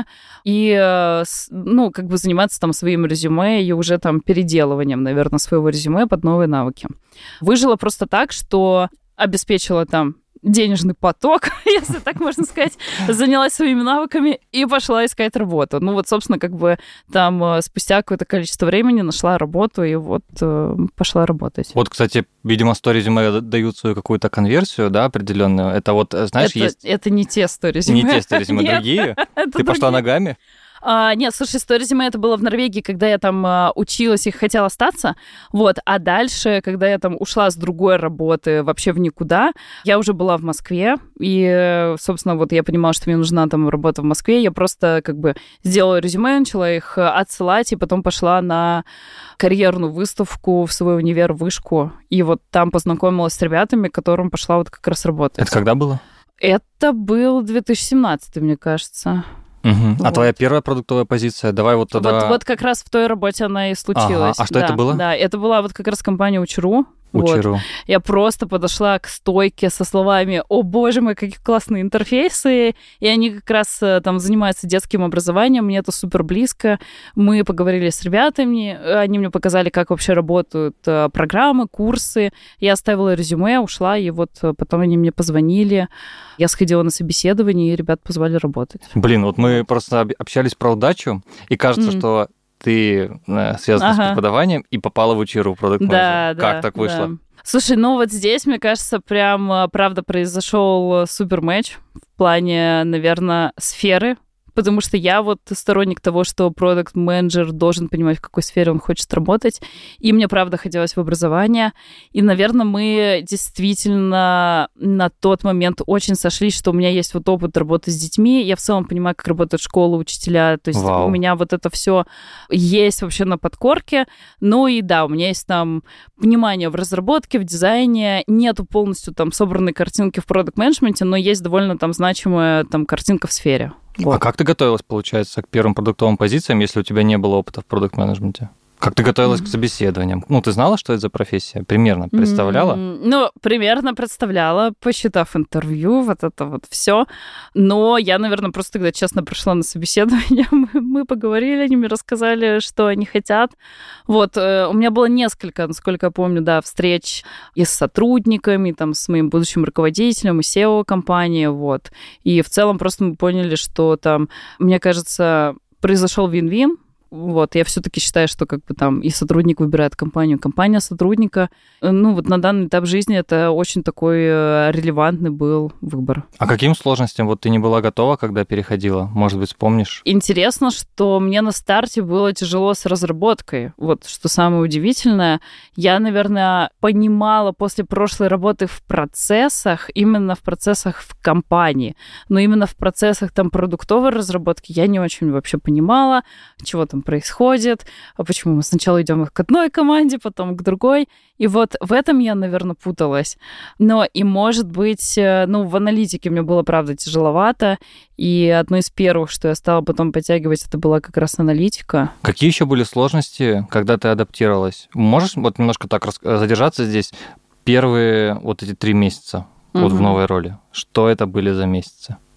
и, ну, как бы заниматься там своим резюме и уже там переделыванием, наверное, своего резюме под новые навыки. Выжила просто так, что обеспечила там денежный поток, если так можно сказать, занялась своими навыками и пошла искать работу. Ну вот, собственно, как бы там спустя какое-то количество времени нашла работу и вот пошла работать. Вот, кстати, видимо, 100 резюме дают свою какую-то конверсию, да, определенную. Это вот, знаешь, есть... Это не те 100 резюме. Не те 100 резюме, другие? Ты пошла ногами? Нет, слушай, 100 резюме это было в Норвегии, когда я там училась и хотела остаться, вот, а дальше, когда я там ушла с другой работы вообще в никуда, я уже была в Москве, и, собственно, вот я понимала, что мне нужна там работа в Москве, я просто как бы сделала резюме, начала их отсылать, и потом пошла на карьерную выставку в свой универ, вышку, и вот там познакомилась с ребятами, к которым пошла вот как раз работать. Это когда было? Это был 2017, мне кажется. Угу. А твоя первая продуктовая позиция? Давай вот тогда... Вот как раз в той работе она и случилась. Ага. А что это было? Да, это была вот как раз компания Учру. Учру. Вот. Я просто подошла к стойке со словами: «О, боже мой, какие классные интерфейсы!» И они как раз там занимаются детским образованием, мне это супер близко. Мы поговорили с ребятами, они мне показали, как вообще работают программы, курсы. Я оставила резюме, ушла, и вот потом они мне позвонили. Я сходила на собеседование, и ребят позвали работать. Блин, вот мы просто общались про удачу, и кажется, что ты связана с преподаванием и попала в Учру продакт-менеджер. Как так вышло? Да. Слушай, ну вот здесь, мне кажется, прям, правда, произошел супер матч в плане, наверное, сферы, потому что я вот сторонник того, что продакт-менеджер должен понимать, в какой сфере он хочет работать, и мне, правда, хотелось в образование, и, наверное, мы действительно на тот момент очень сошлись, что у меня есть вот опыт работы с детьми, я в целом понимаю, как работают школы, учителя, то есть у меня вот это все есть вообще на подкорке, ну и да, у меня есть там понимание в разработке, в дизайне, нету полностью там собранной картинки в продакт-менеджменте, но есть довольно там значимая там картинка в сфере. Вот. А как ты готовилась, получается, к первым продуктовым позициям, если у тебя не было опыта в продакт-менеджменте? Как ты готовилась к собеседованиям? Ну, ты знала, что это за профессия? Примерно представляла? Ну, примерно представляла, посчитав интервью, вот это вот все. Но я, наверное, просто тогда честно пришла на собеседование, мы поговорили, они мне рассказали, что они хотят. Вот, у меня было несколько, насколько я помню, да, встреч и с сотрудниками, там, с моим будущим руководителем, и SEO-компании, вот. И в целом просто мы поняли, что там, мне кажется, произошел вин-вин. Вот, я все-таки считаю, что как бы там и сотрудник выбирает компанию, компания сотрудника. Ну, вот на данный этап жизни это очень такой релевантный был выбор. А каким сложностям вот ты не была готова, когда переходила? Может быть, вспомнишь? Интересно, что мне на старте было тяжело с разработкой. Вот, что самое удивительное. Я, наверное, понимала после прошлой работы в процессах, именно в процессах в компании. Но именно в процессах там продуктовой разработки я не очень вообще понимала, чего там происходит, а почему мы сначала идем к одной команде, потом к другой. И вот в этом я, наверное, путалась. Но и, может быть, ну, в аналитике мне было, правда, тяжеловато. И одно из первых, что я стала потом подтягивать, это была как раз аналитика. Какие еще были сложности, когда ты адаптировалась? Можешь вот немножко так задержаться здесь? Первые вот эти 3 месяца вот в новой роли. Что это были за месяцы?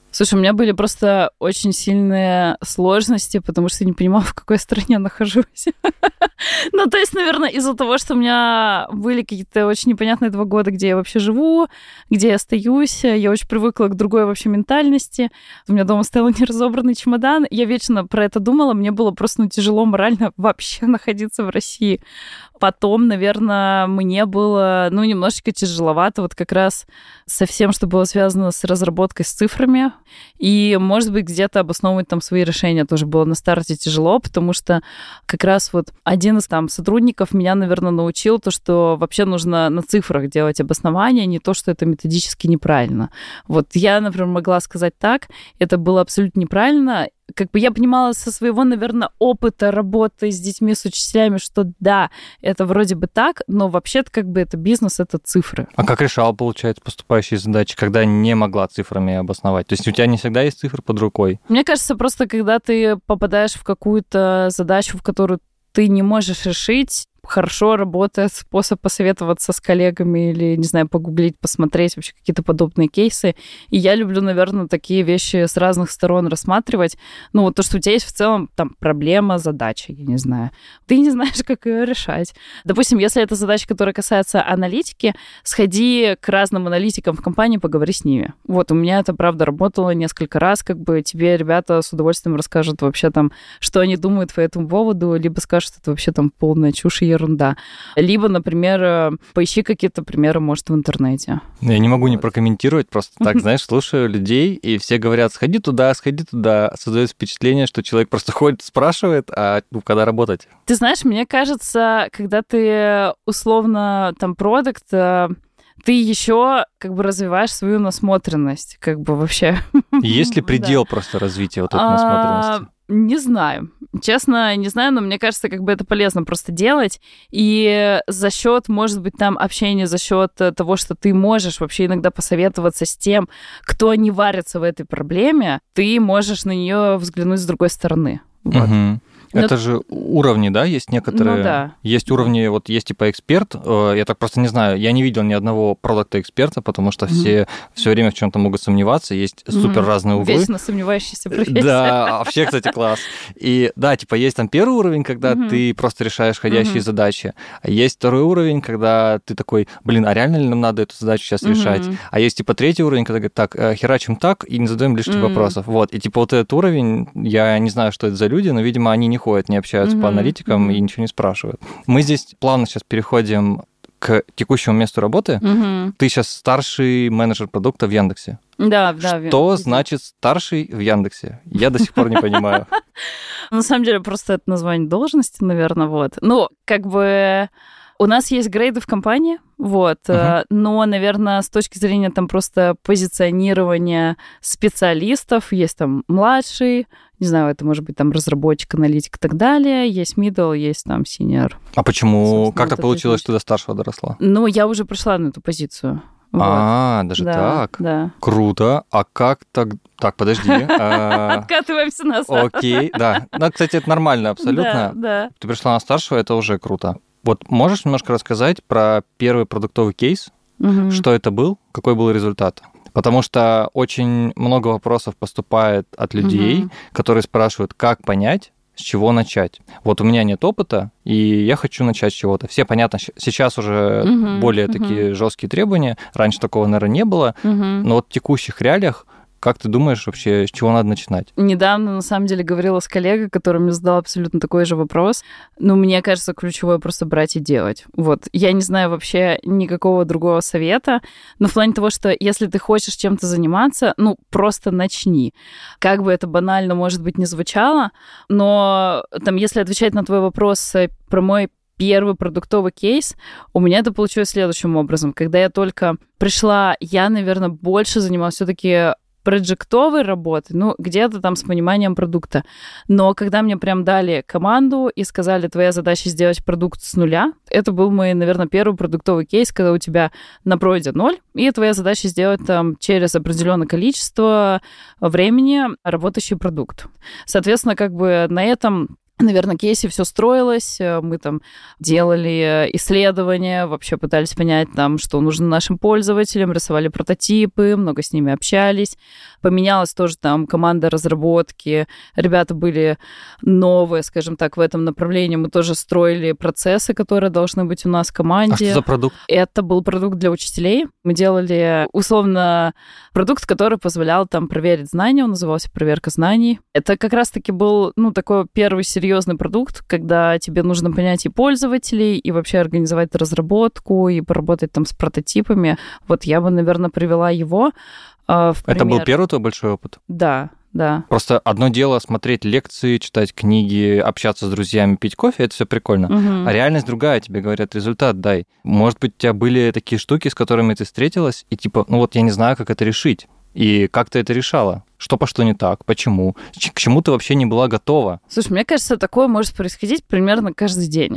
Слушай, у меня были просто очень сильные сложности, потому что я не понимала, в какой стране я нахожусь. Ну, то есть, наверное, из-за того, что у меня были какие-то очень непонятные 2 года, где я вообще живу, где я остаюсь, я очень привыкла к другой вообще ментальности. У меня дома стоял неразобранный чемодан. Я вечно про это думала, мне было просто тяжело морально вообще находиться в России. Потом, наверное, мне было, немножечко тяжеловато вот как раз со всем, что было связано с разработкой с цифрами. И, может быть, где-то обосновывать там свои решения тоже было на старте тяжело, потому что как раз вот один из там сотрудников меня, наверное, научил то, что вообще нужно на цифрах делать обоснование, не то, что это методически неправильно. Вот я, например, могла сказать так, это было абсолютно неправильно. Как бы я понимала со своего, наверное, опыта работы с детьми, с учителями, что да, это вроде бы так, но вообще-то как бы это бизнес, это цифры. А как решала, получается, поступающие задачи, когда не могла цифрами обосновать? То есть у тебя не всегда есть цифры под рукой? Мне кажется, просто когда ты попадаешь в какую-то задачу, в которую ты не можешь решить, хорошо работает способ посоветоваться с коллегами или, не знаю, погуглить, посмотреть вообще какие-то подобные кейсы. И я люблю, наверное, такие вещи с разных сторон рассматривать. Ну, вот то, что у тебя есть в целом там проблема, задача, я не знаю. Ты не знаешь, как ее решать. Допустим, если это задача, которая касается аналитики, сходи к разным аналитикам в компании, поговори с ними. Вот, у меня это, правда, работало несколько раз. Как бы тебе ребята с удовольствием расскажут вообще там, что они думают по этому поводу, либо скажут, что это вообще там полная чушь и ерунда. Либо, например, поищи какие-то примеры, может, в интернете. Я не могу не прокомментировать, просто так, знаешь, слушаю людей, и все говорят, сходи туда. Создается впечатление, что человек просто ходит, спрашивает, а когда работать? Ты знаешь, мне кажется, когда ты условно там продакт, ты еще как бы развиваешь свою насмотренность, как бы вообще. Есть ли предел просто развития вот этой насмотренности? Не знаю. Честно, не знаю, но мне кажется, как бы это полезно просто делать. И за счет, может быть, там общения, за счет того, что ты можешь вообще иногда посоветоваться с тем, кто не варится в этой проблеме, ты можешь на нее взглянуть с другой стороны. Вот. Угу. Это же уровни, да, есть некоторые? Ну, да. Есть уровни, вот есть типа эксперт, я так просто не знаю, я не видел ни одного продакта-эксперта, потому что все время в чем-то могут сомневаться, есть супер разные углы. Вечно сомневающийся профессия. Да, вообще, кстати, класс. И да, типа есть там первый уровень, когда ты просто решаешь ходящие задачи, а есть второй уровень, когда ты такой, а реально ли нам надо эту задачу сейчас решать? А есть типа третий уровень, когда говорит, так, херачим так и не задаем лишних вопросов. Вот, и типа вот этот уровень, я не знаю, что это за люди, но, видимо, они не ходят, не общаются по аналитикам и ничего не спрашивают. Мы здесь плавно сейчас переходим к текущему месту работы. Ты сейчас старший менеджер продукта в Яндексе. Да. Что значит старший в Яндексе? Я до сих пор не понимаю. На самом деле, просто это название должности, наверное, вот. Ну, как бы... У нас есть грейды в компании, вот, но, наверное, с точки зрения там просто позиционирования специалистов, есть там младший, не знаю, это может быть там разработчик, аналитик и так далее, есть middle, есть там senior. А почему? Как так получилось, что до старшего доросла? Ну, я уже пришла на эту позицию. Вот. Даже так? Да. Круто. А как так? Так, подожди. Откатываемся назад. Окей, да. Ну, кстати, это нормально абсолютно. Да. Ты пришла на старшего, это уже круто. Вот можешь немножко рассказать про первый продуктовый кейс? Что это был? Какой был результат? Потому что очень много вопросов поступает от людей, которые спрашивают, как понять, с чего начать. Вот у меня нет опыта, и я хочу начать с чего-то. Все, понятно, сейчас уже более такие жесткие требования. Раньше такого, наверное, не было. Но вот в текущих реалиях, как ты думаешь вообще, с чего надо начинать? Недавно, на самом деле, говорила с коллегой, который мне задал абсолютно такой же вопрос. Ну, мне кажется, ключевое просто брать и делать. Вот. Я не знаю вообще никакого другого совета, но в плане того, что если ты хочешь чем-то заниматься, ну, просто начни. Как бы это банально, может быть, не звучало, но там, если отвечать на твой вопрос про мой первый продуктовый кейс, у меня это получилось следующим образом. Когда я только пришла, я, наверное, больше занималась все-таки проджектовой работы, ну, где-то там с пониманием продукта. Но когда мне прям дали команду и сказали, твоя задача сделать продукт с нуля, это был мой, наверное, первый продуктовый кейс, когда у тебя на проде 0, и твоя задача сделать там через определенное количество времени работающий продукт. Соответственно, как бы на этом наверное, кейсе все строилось, мы там делали исследования, вообще пытались понять, там, что нужно нашим пользователям, рисовали прототипы, много с ними общались. Поменялась тоже там команда разработки, ребята были новые, скажем так, в этом направлении. Мы тоже строили процессы, которые должны быть у нас в команде. А что за продукт? Это был продукт для учителей. Мы делали, условно, продукт, который позволял там проверить знания, он назывался «Проверка знаний». Это как раз-таки был, такой первый серьезный продукт, когда тебе нужно понять и пользователей, и вообще организовать разработку, и поработать там с прототипами. Вот я бы, наверное, привела его в пример. Это был первый твой большой опыт? Да. Просто одно дело смотреть лекции, читать книги, общаться с друзьями, пить кофе, это все прикольно. Угу. А реальность другая, тебе говорят, результат дай. Может быть, у тебя были такие штуки, с которыми ты встретилась, и типа, я не знаю, как это решить. И как ты это решала? Что пошло не так? Почему? К чему ты вообще не была готова? Слушай, мне кажется, такое может происходить примерно каждый день.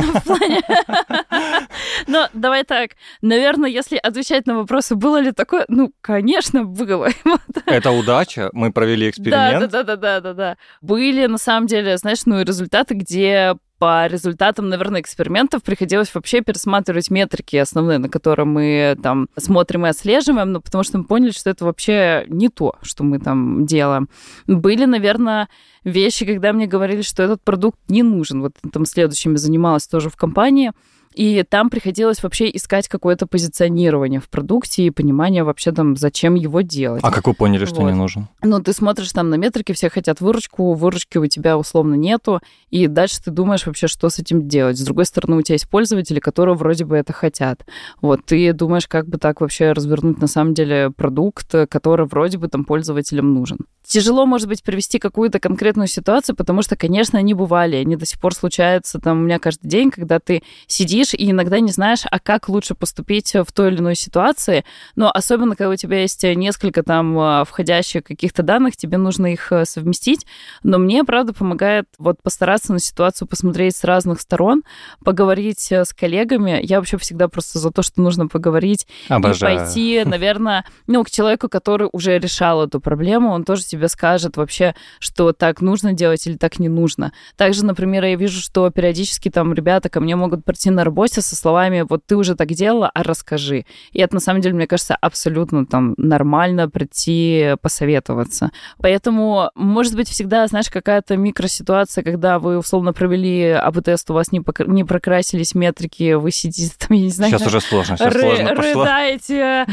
Но давай так. Наверное, если отвечать на вопросы, было ли такое? Конечно, было. Это удача. Мы провели эксперимент. Да. Были, на самом деле, знаешь, результаты, где по результатам, наверное, экспериментов приходилось вообще пересматривать метрики основные, на которые мы там смотрим и отслеживаем, потому что мы поняли, что это вообще не то, что мы там делаем. Были, наверное, вещи, когда мне говорили, что этот продукт не нужен. Вот там следующими занималась тоже в компании. И там приходилось вообще искать какое-то позиционирование в продукте и понимание вообще там, зачем его делать. А как вы поняли, что не нужен? Ты смотришь там на метрики, все хотят выручки у тебя условно нету, и дальше ты думаешь вообще, что с этим делать. С другой стороны, у тебя есть пользователи, которые вроде бы это хотят. Вот, ты думаешь, как бы так вообще развернуть на самом деле продукт, который вроде бы там пользователям нужен. Тяжело, может быть, привести какую-то конкретную ситуацию, потому что, конечно, они бывали, они до сих пор случаются там у меня каждый день, когда ты сидишь и иногда не знаешь, а как лучше поступить в той или иной ситуации, но особенно, когда у тебя есть несколько там входящих каких-то данных, тебе нужно их совместить, но мне, правда, помогает вот постараться на ситуацию посмотреть с разных сторон, поговорить с коллегами. Я вообще всегда просто за то, что нужно поговорить. Обожаю. И пойти, наверное, к человеку, который уже решал эту проблему, он тоже тебе скажет вообще, что так нужно делать или так не нужно. Также, например, я вижу, что периодически там ребята ко мне могут прийти на работе со словами: вот ты уже так делала, а расскажи. И это, на самом деле, мне кажется, абсолютно там нормально прийти посоветоваться. Поэтому, может быть, всегда, знаешь, какая-то микроситуация, когда вы, условно, провели АБ-тест, у вас не прокрасились метрики, вы сидите там, я не знаю... Сейчас уже сложно, сейчас сложно пошло. Рыдаете,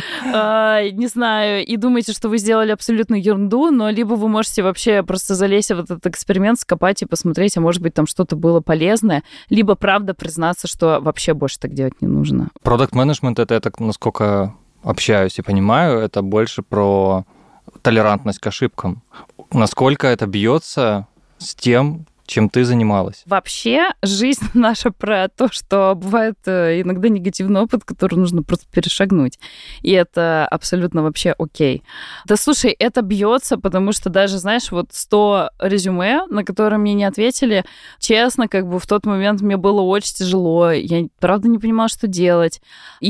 не знаю, и думаете, что вы сделали абсолютную ерунду, но либо вы можете вообще просто залезть в этот эксперимент, скопать и посмотреть, а может быть, там что-то было полезное, либо, правда, признаться, что вообще больше так делать не нужно. Продакт-менеджмент — это, я так, насколько общаюсь и понимаю, это больше про толерантность к ошибкам. Насколько это бьется с тем, чем ты занималась? Вообще, жизнь наша про то, что бывает иногда негативный опыт, который нужно просто перешагнуть. И это абсолютно вообще окей. Да слушай, это бьется, потому что даже, знаешь, вот 100 резюме, на которые мне не ответили, честно, как бы в тот момент мне было очень тяжело. Я, правда, не понимала, что делать.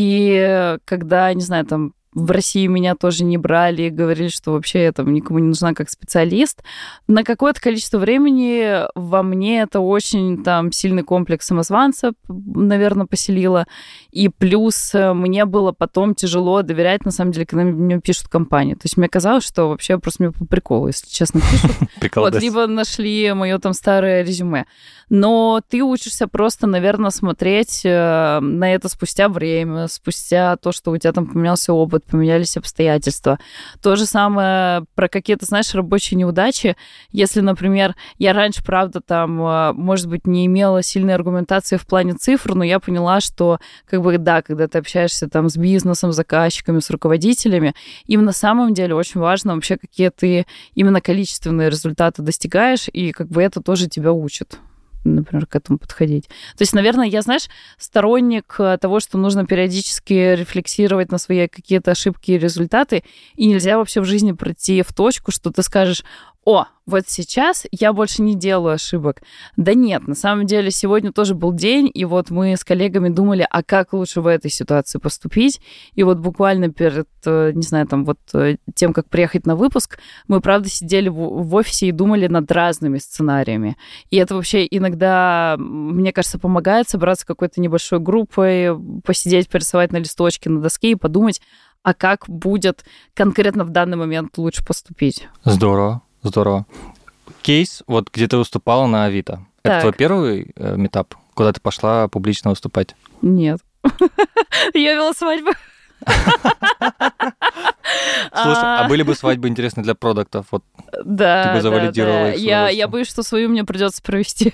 И когда, не знаю, там, в России меня тоже не брали и говорили, что вообще я там никому не нужна как специалист. На какое-то количество времени во мне это очень там сильный комплекс самозванца, наверное, поселило. И плюс мне было потом тяжело доверять, на самом деле, когда мне пишут компании. То есть мне казалось, что вообще просто мне по приколу, если честно, пишут. Вот, либо нашли мое там старое резюме. Но ты учишься просто, наверное, смотреть на это спустя время, спустя то, что у тебя там поменялся опыт, поменялись обстоятельства. То же самое про какие-то, знаешь, рабочие неудачи. Если, например, я раньше, правда, там, может быть, не имела сильной аргументации в плане цифр, но я поняла, что, как бы, да, когда ты общаешься там с бизнесом, с заказчиками, с руководителями, им на самом деле очень важно вообще, какие ты именно количественные результаты достигаешь, и как бы это тоже тебя учит, например, к этому подходить. То есть, наверное, я, знаешь, сторонник того, что нужно периодически рефлексировать на свои какие-то ошибки и результаты, и нельзя вообще в жизни прийти в точку, что ты скажешь: Вот сейчас я больше не делаю ошибок. Да нет, на самом деле сегодня тоже был день, и вот мы с коллегами думали, а как лучше в этой ситуации поступить. И вот буквально перед, не знаю, там вот тем, как приехать на выпуск, мы, правда, сидели в офисе и думали над разными сценариями. И это вообще иногда, мне кажется, помогает собраться какой-то небольшой группой, посидеть, порисовать на листочке, на доске и подумать, а как будет конкретно в данный момент лучше поступить. Здорово. Кейс, вот где ты выступала на Авито. Так. Это твой первый митап, куда ты пошла публично выступать? Нет. Я вела свадьбу. Слушай, а были бы свадьбы интересны для продуктов? Вот да, ты бы завалидировала их. Я боюсь, что свою мне придется провести.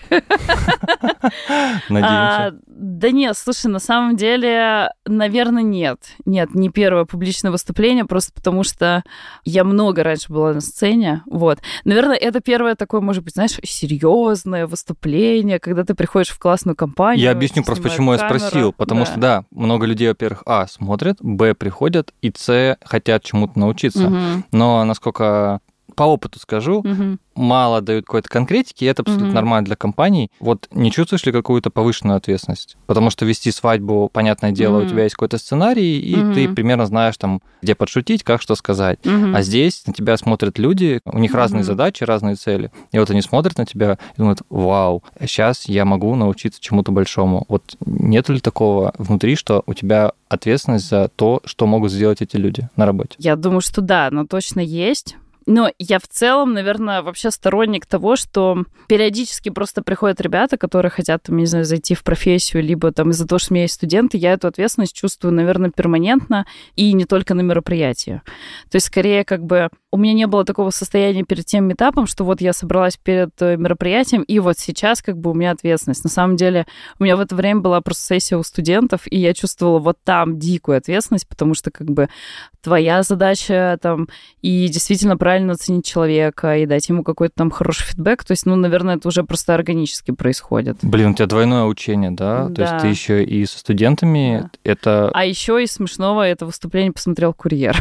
Надеемся. Да нет, слушай, на самом деле, наверное, нет. Нет, не первое публичное выступление, просто потому что я много раньше была на сцене. Вот. Наверное, это первое такое, может быть, знаешь, серьезное выступление, когда ты приходишь в классную компанию. Я объясню просто, почему я спросил. Потому что, да, много людей, во-первых, смотрят, приходят, и хотят чему-то научиться. Но, насколько по опыту скажу, мало дают какой-то конкретики, и это абсолютно нормально для компаний. Вот не чувствуешь ли какую-то повышенную ответственность? Потому что вести свадьбу, понятное дело, у тебя есть какой-то сценарий, и ты примерно знаешь, там, где подшутить, как что сказать. А здесь на тебя смотрят люди, у них разные задачи, разные цели. И вот они смотрят на тебя и думают, вау, сейчас я могу научиться чему-то большому. Вот нет ли такого внутри, что у тебя ответственность за то, что могут сделать эти люди на работе? Я думаю, что да, но точно есть. Но я в целом, наверное, вообще сторонник того, что периодически просто приходят ребята, которые хотят, там, не знаю, зайти в профессию, либо там из-за того, что у меня есть студенты, я эту ответственность чувствую, наверное, перманентно и не только на мероприятии. То есть, скорее, как бы у меня не было такого состояния перед тем митапом, что вот я собралась перед мероприятием, и вот сейчас как бы у меня ответственность. На самом деле у меня в это время была просто сессия у студентов, и я чувствовала вот там дикую ответственность, потому что как бы твоя задача там и действительно правильно оценить человека и дать ему какой-то там хороший фидбэк. То есть, наверное, это уже просто органически происходит. Блин, у тебя двойное учение, да? То есть ты еще и со студентами, это... А еще из смешного это выступление посмотрел курьер.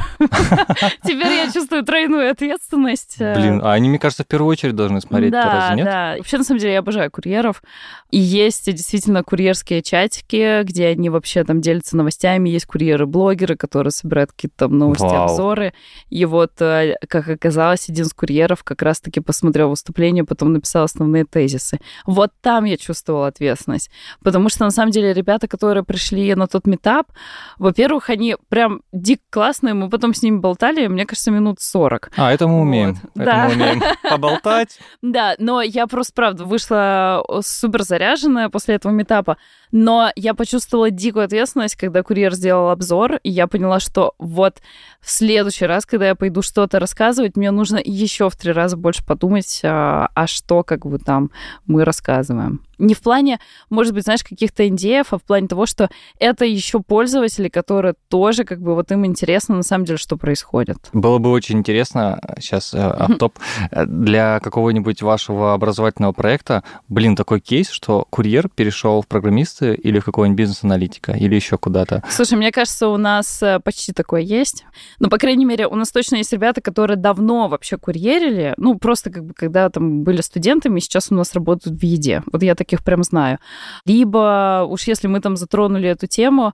Теперь я чувствую тройную ответственность. Блин, а они, мне кажется, в первую очередь должны смотреть, разве нет? Да. Вообще, на самом деле, я обожаю курьеров. И есть действительно курьерские чатики, где они вообще там делятся новостями. Есть курьеры-блогеры, которые собирают какие-то там новости, обзоры. И вот, как оказалось, один из курьеров как раз-таки посмотрел выступление, потом написал основные тезисы. Вот там я чувствовала ответственность. Потому что, на самом деле, ребята, которые пришли на тот митап, во-первых, они прям дико классные, мы потом с ними болтали, мне кажется, минут 40. Это мы умеем. Вот. Это мы умеем поболтать. Да, но я просто, правда, вышла супер заряженная после этого митапа, но я почувствовала дикую ответственность, когда курьер сделал обзор, и я поняла, что вот в следующий раз, когда я пойду что-то рассказывать, мне нужно еще в 3 раза больше подумать, а что как бы там мы рассказываем. Не в плане, может быть, знаешь, каких-то идеев, а в плане того, что это еще пользователи, которые тоже как бы вот им интересно на самом деле, что происходит. Было бы очень интересно, сейчас автоп, для какого-нибудь вашего образовательного проекта, такой кейс, что курьер перешел в программисты или в какого-нибудь бизнес-аналитика, или еще куда-то. Слушай, мне кажется, у нас почти такое есть. Но, по крайней мере, у нас точно есть ребята, которые давно вообще курьерили, просто как бы когда там были студентами, сейчас у нас работают в еде. Вот я таких прям знаю. Либо уж если мы там затронули эту тему,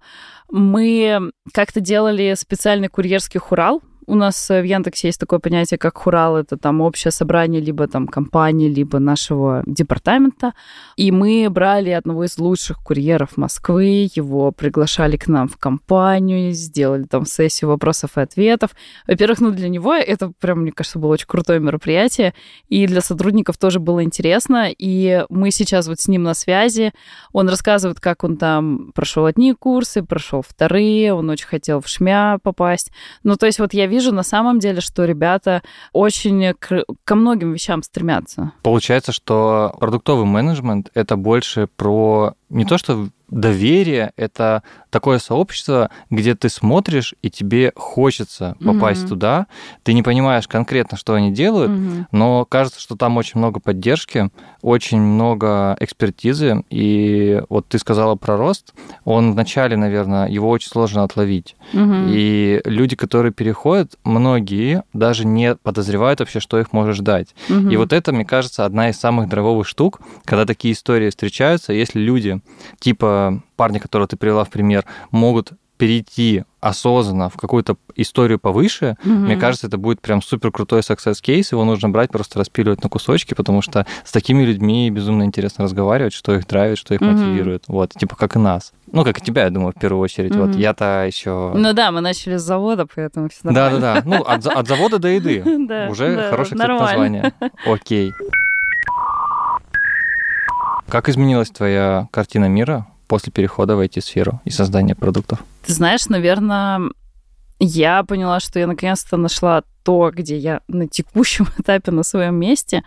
мы как-то делали специальный курьерский хурал. У нас в Яндексе есть такое понятие, как хурал. Это там общее собрание либо там компании, либо нашего департамента. И мы брали одного из лучших курьеров Москвы, его приглашали к нам в компанию, сделали там сессию вопросов и ответов. Во-первых, для него это прям, мне кажется, было очень крутое мероприятие. И для сотрудников тоже было интересно. И мы сейчас вот с ним на связи. Он рассказывает, как он там прошел одни курсы, прошел вторые. Он очень хотел в ШМЯ попасть. То есть вот я вижу на самом деле, что ребята очень ко многим вещам стремятся. Получается, что продуктовый менеджмент — это больше про не то, что доверие — это такое сообщество, где ты смотришь, и тебе хочется попасть туда. Ты не понимаешь конкретно, что они делают, но кажется, что там очень много поддержки, очень много экспертизы. И вот ты сказала про рост. Он вначале, наверное, его очень сложно отловить. И люди, которые переходят, многие даже не подозревают вообще, что их может ждать. И вот это, мне кажется, одна из самых драйвовых штук, когда такие истории встречаются, если люди, типа парня, которого ты привела в пример, могут перейти осознанно в какую-то историю повыше, мне кажется, это будет прям супер крутой success case, его нужно брать, просто распиливать на кусочки, потому что с такими людьми безумно интересно разговаривать, что их драйвит, что их мотивирует. Вот, типа как и нас. Ну, как и тебя, я думаю, в первую очередь. Вот я-то еще. Ну да, мы начали с завода, поэтому все нормально. Да-да-да. Ну, от завода до еды. Уже хорошее, кстати, название. Окей. Как изменилась твоя картина мира после перехода в IT-сферу и создания продуктов? Ты знаешь, наверное, я поняла, что я наконец-то нашла то, где я на текущем этапе на своем месте.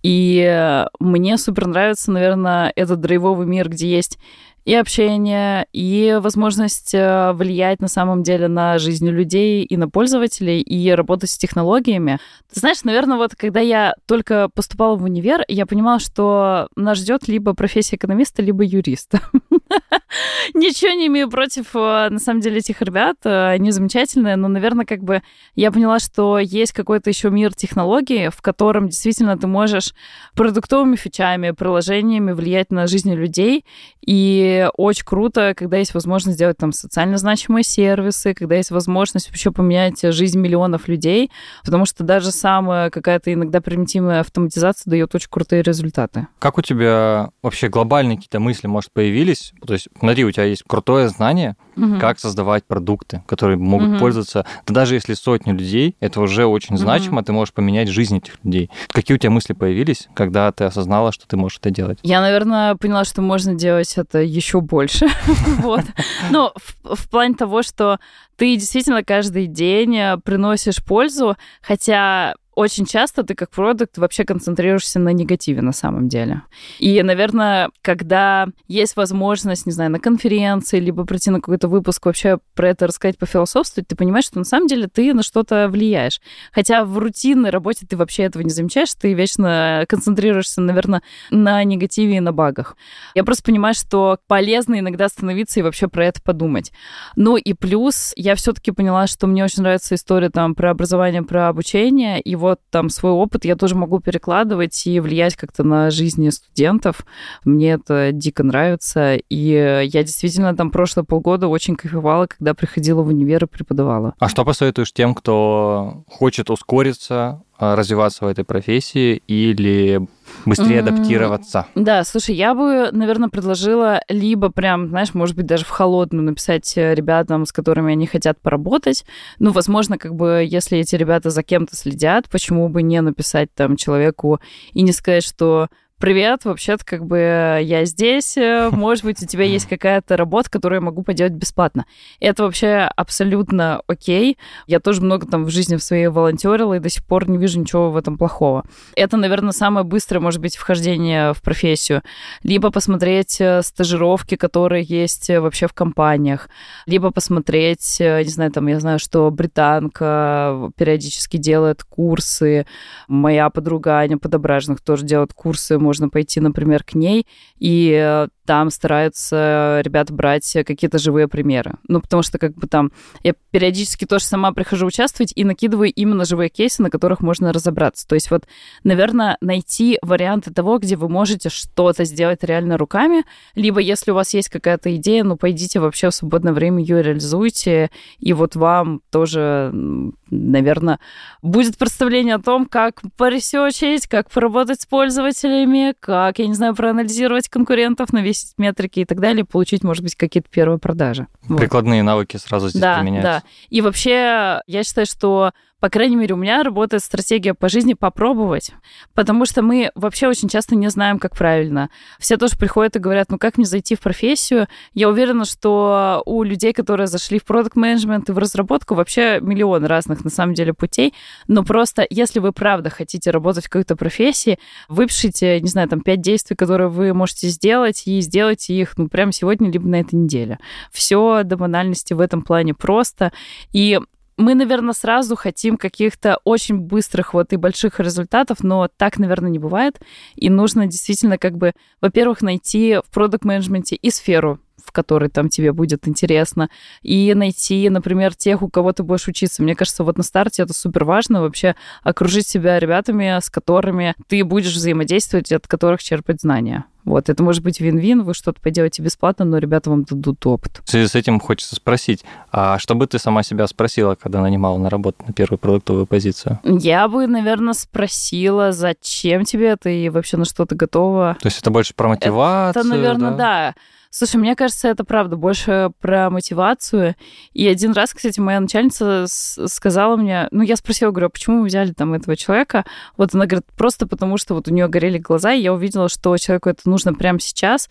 И мне супер нравится, наверное, этот драйвовый мир, где есть и общение, и возможность влиять на самом деле на жизнь людей и на пользователей, и работать с технологиями. Ты знаешь, наверное, вот когда я только поступала в универ, я понимала, что нас ждет либо профессия экономиста, либо юриста. Ничего не имею против, на самом деле, этих ребят, они замечательные, но, наверное, как бы я поняла, что есть какой-то еще мир технологий, в котором действительно ты можешь продуктовыми фичами, приложениями влиять на жизнь людей, и очень круто, когда есть возможность сделать там социально значимые сервисы, когда есть возможность вообще поменять жизнь миллионов людей, потому что даже самая какая-то иногда примитивная автоматизация дает очень крутые результаты. Как у тебя вообще глобальные какие-то мысли, может, появились? То есть, смотри, у тебя есть крутое знание, как создавать продукты, которые могут пользоваться. Да даже если сотни людей, это уже очень значимо, ты можешь поменять жизнь этих людей. Какие у тебя мысли появились, когда ты осознала, что ты можешь это делать? Я, наверное, поняла, что можно делать это еще больше. Вот. Но в плане того, что ты действительно каждый день приносишь пользу, хотя очень часто ты как продукт вообще концентрируешься на негативе на самом деле. И, наверное, когда есть возможность, не знаю, на конференции, либо прийти на какой-то выпуск, вообще про это рассказать, пофилософствовать, ты понимаешь, что на самом деле ты на что-то влияешь. Хотя в рутинной работе ты вообще этого не замечаешь, ты вечно концентрируешься, наверное, на негативе и на багах. Я просто понимаю, что полезно иногда остановиться и вообще про это подумать. Ну и плюс я все-таки поняла, что мне очень нравится история там про образование, про обучение, и вот там свой опыт я тоже могу перекладывать и влиять как-то на жизни студентов. Мне это дико нравится. И я действительно там прошлые полгода очень кайфовала, когда приходила в универ и преподавала. А что посоветуешь тем, кто хочет ускориться, развиваться в этой профессии или быстрее адаптироваться? Да, слушай, я бы, наверное, предложила либо прям, знаешь, может быть, даже в холодную написать ребятам, с которыми они хотят поработать. Ну, возможно, как бы, если эти ребята за кем-то следят, почему бы не написать там человеку и не сказать, что привет, вообще-то как бы я здесь, может быть, у тебя есть какая-то работа, которую я могу поделать бесплатно. Это вообще абсолютно окей. Я тоже много там в жизни в своей волонтерила и до сих пор не вижу ничего в этом плохого. Это, наверное, самое быстрое, может быть, вхождение в профессию. Либо посмотреть стажировки, которые есть вообще в компаниях, либо посмотреть, не знаю, там, я знаю, что британка периодически делает курсы, моя подруга Аня Подображных тоже делает курсы, можно пойти, например, к ней, и там стараются ребята брать какие-то живые примеры. Ну, потому что как бы там я периодически тоже сама прихожу участвовать и накидываю именно живые кейсы, на которых можно разобраться. То есть вот, наверное, найти варианты того, где вы можете что-то сделать реально руками, либо если у вас есть какая-то идея, ну, пойдите вообще в свободное время ее реализуйте, и вот вам тоже, наверное, будет представление о том, как поресечить, как поработать с пользователями, как, я не знаю, проанализировать конкурентов, навесить метрики и так далее, получить, может быть, какие-то первые продажи. Прикладные навыки сразу здесь применяются. Да. И вообще, я считаю, что по крайней мере, у меня работает стратегия по жизни попробовать, потому что мы вообще очень часто не знаем, как правильно. Все тоже приходят и говорят, ну как мне зайти в профессию? Я уверена, что у людей, которые зашли в продакт-менеджмент и в разработку, вообще миллион разных, на самом деле, путей. Но просто, если вы правда хотите работать в какой-то профессии, выпишите, не знаю, там 5 действий, которые вы можете сделать, и сделайте их, ну, прямо сегодня, либо на этой неделе. Все до банальности в этом плане просто. И мы, наверное, сразу хотим каких-то очень быстрых вот и больших результатов, но так, наверное, не бывает. И нужно действительно как бы, во-первых, найти в продакт-менеджменте и сферу, в которой там тебе будет интересно, и найти, например, тех, у кого ты будешь учиться. Мне кажется, вот на старте это супер важно, вообще окружить себя ребятами, с которыми ты будешь взаимодействовать, от которых черпать знания. Вот, это может быть вин-вин, вы что-то поделаете бесплатно, но ребята вам дадут опыт. В связи с этим хочется спросить, а что бы ты сама себя спросила, когда нанимала на работу на первую продуктовую позицию? Я бы, наверное, спросила, зачем тебе это и вообще на что ты готова. То есть это больше про мотивацию? Это, наверное, да. Слушай, мне кажется, это правда больше про мотивацию. И один раз, кстати, моя начальница сказала мне, ну, я спросила, говорю, а почему вы взяли там этого человека? Вот она говорит, просто потому что вот у нее горели глаза, и я увидела, что человеку это нужно прямо сейчас.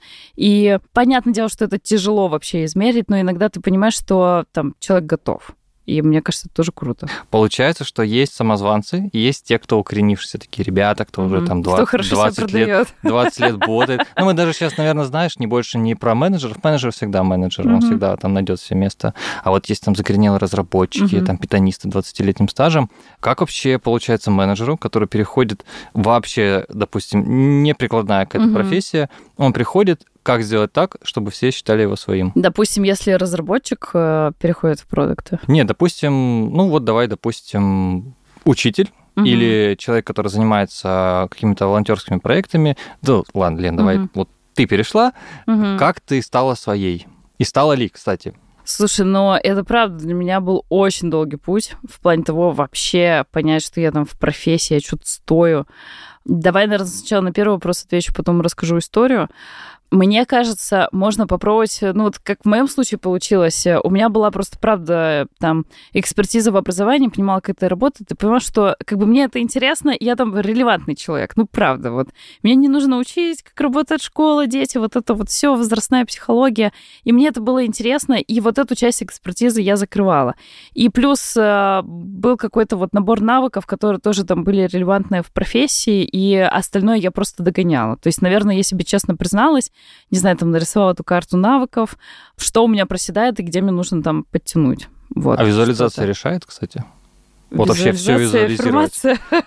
И понятное дело, что это тяжело вообще измерить, но иногда ты понимаешь, что там человек готов. И мне кажется, это тоже круто. Получается, что есть самозванцы, и есть те, кто укоренившиеся, такие ребята, кто уже там 20 лет ботает. Ну, мы даже сейчас, наверное, знаешь, больше не про менеджеров. Менеджер всегда менеджер, он всегда там найдет себе место. А вот есть там закоренелые разработчики, там питонисты 20-летним стажем. Как вообще получается менеджеру, который переходит вообще, допустим, неприкладная какая-то профессия, он приходит, как сделать так, чтобы все считали его своим? Допустим, если разработчик переходит в продукты. Нет, допустим, ну вот давай, допустим, учитель или человек, который занимается какими-то волонтерскими проектами. Да, ладно, Лен, давай, вот ты перешла, как ты стала своей? И стала ли, кстати? Слушай, но это правда для меня был очень долгий путь в плане того вообще понять, что я там в профессии, я что-то стою. Давай, наверное, сначала на первый вопрос отвечу, потом расскажу историю. Мне кажется, можно попробовать, ну вот как в моем случае получилось, у меня была просто, правда, там экспертиза в образовании, понимала, как это работает, и понимала, что как бы мне это интересно, и я там релевантный человек, ну правда, вот. Мне не нужно учить, как работает школа, дети, вот это вот все, возрастная психология, и мне это было интересно, и вот эту часть экспертизы я закрывала. И плюс был какой-то вот набор навыков, которые тоже там были релевантные в профессии, и остальное я просто догоняла. То есть, наверное, я себе честно призналась, не знаю, там нарисовала эту карту навыков, что у меня проседает и где мне нужно там подтянуть. Вот, а визуализация решает, кстати? Вот вообще все визуализировать.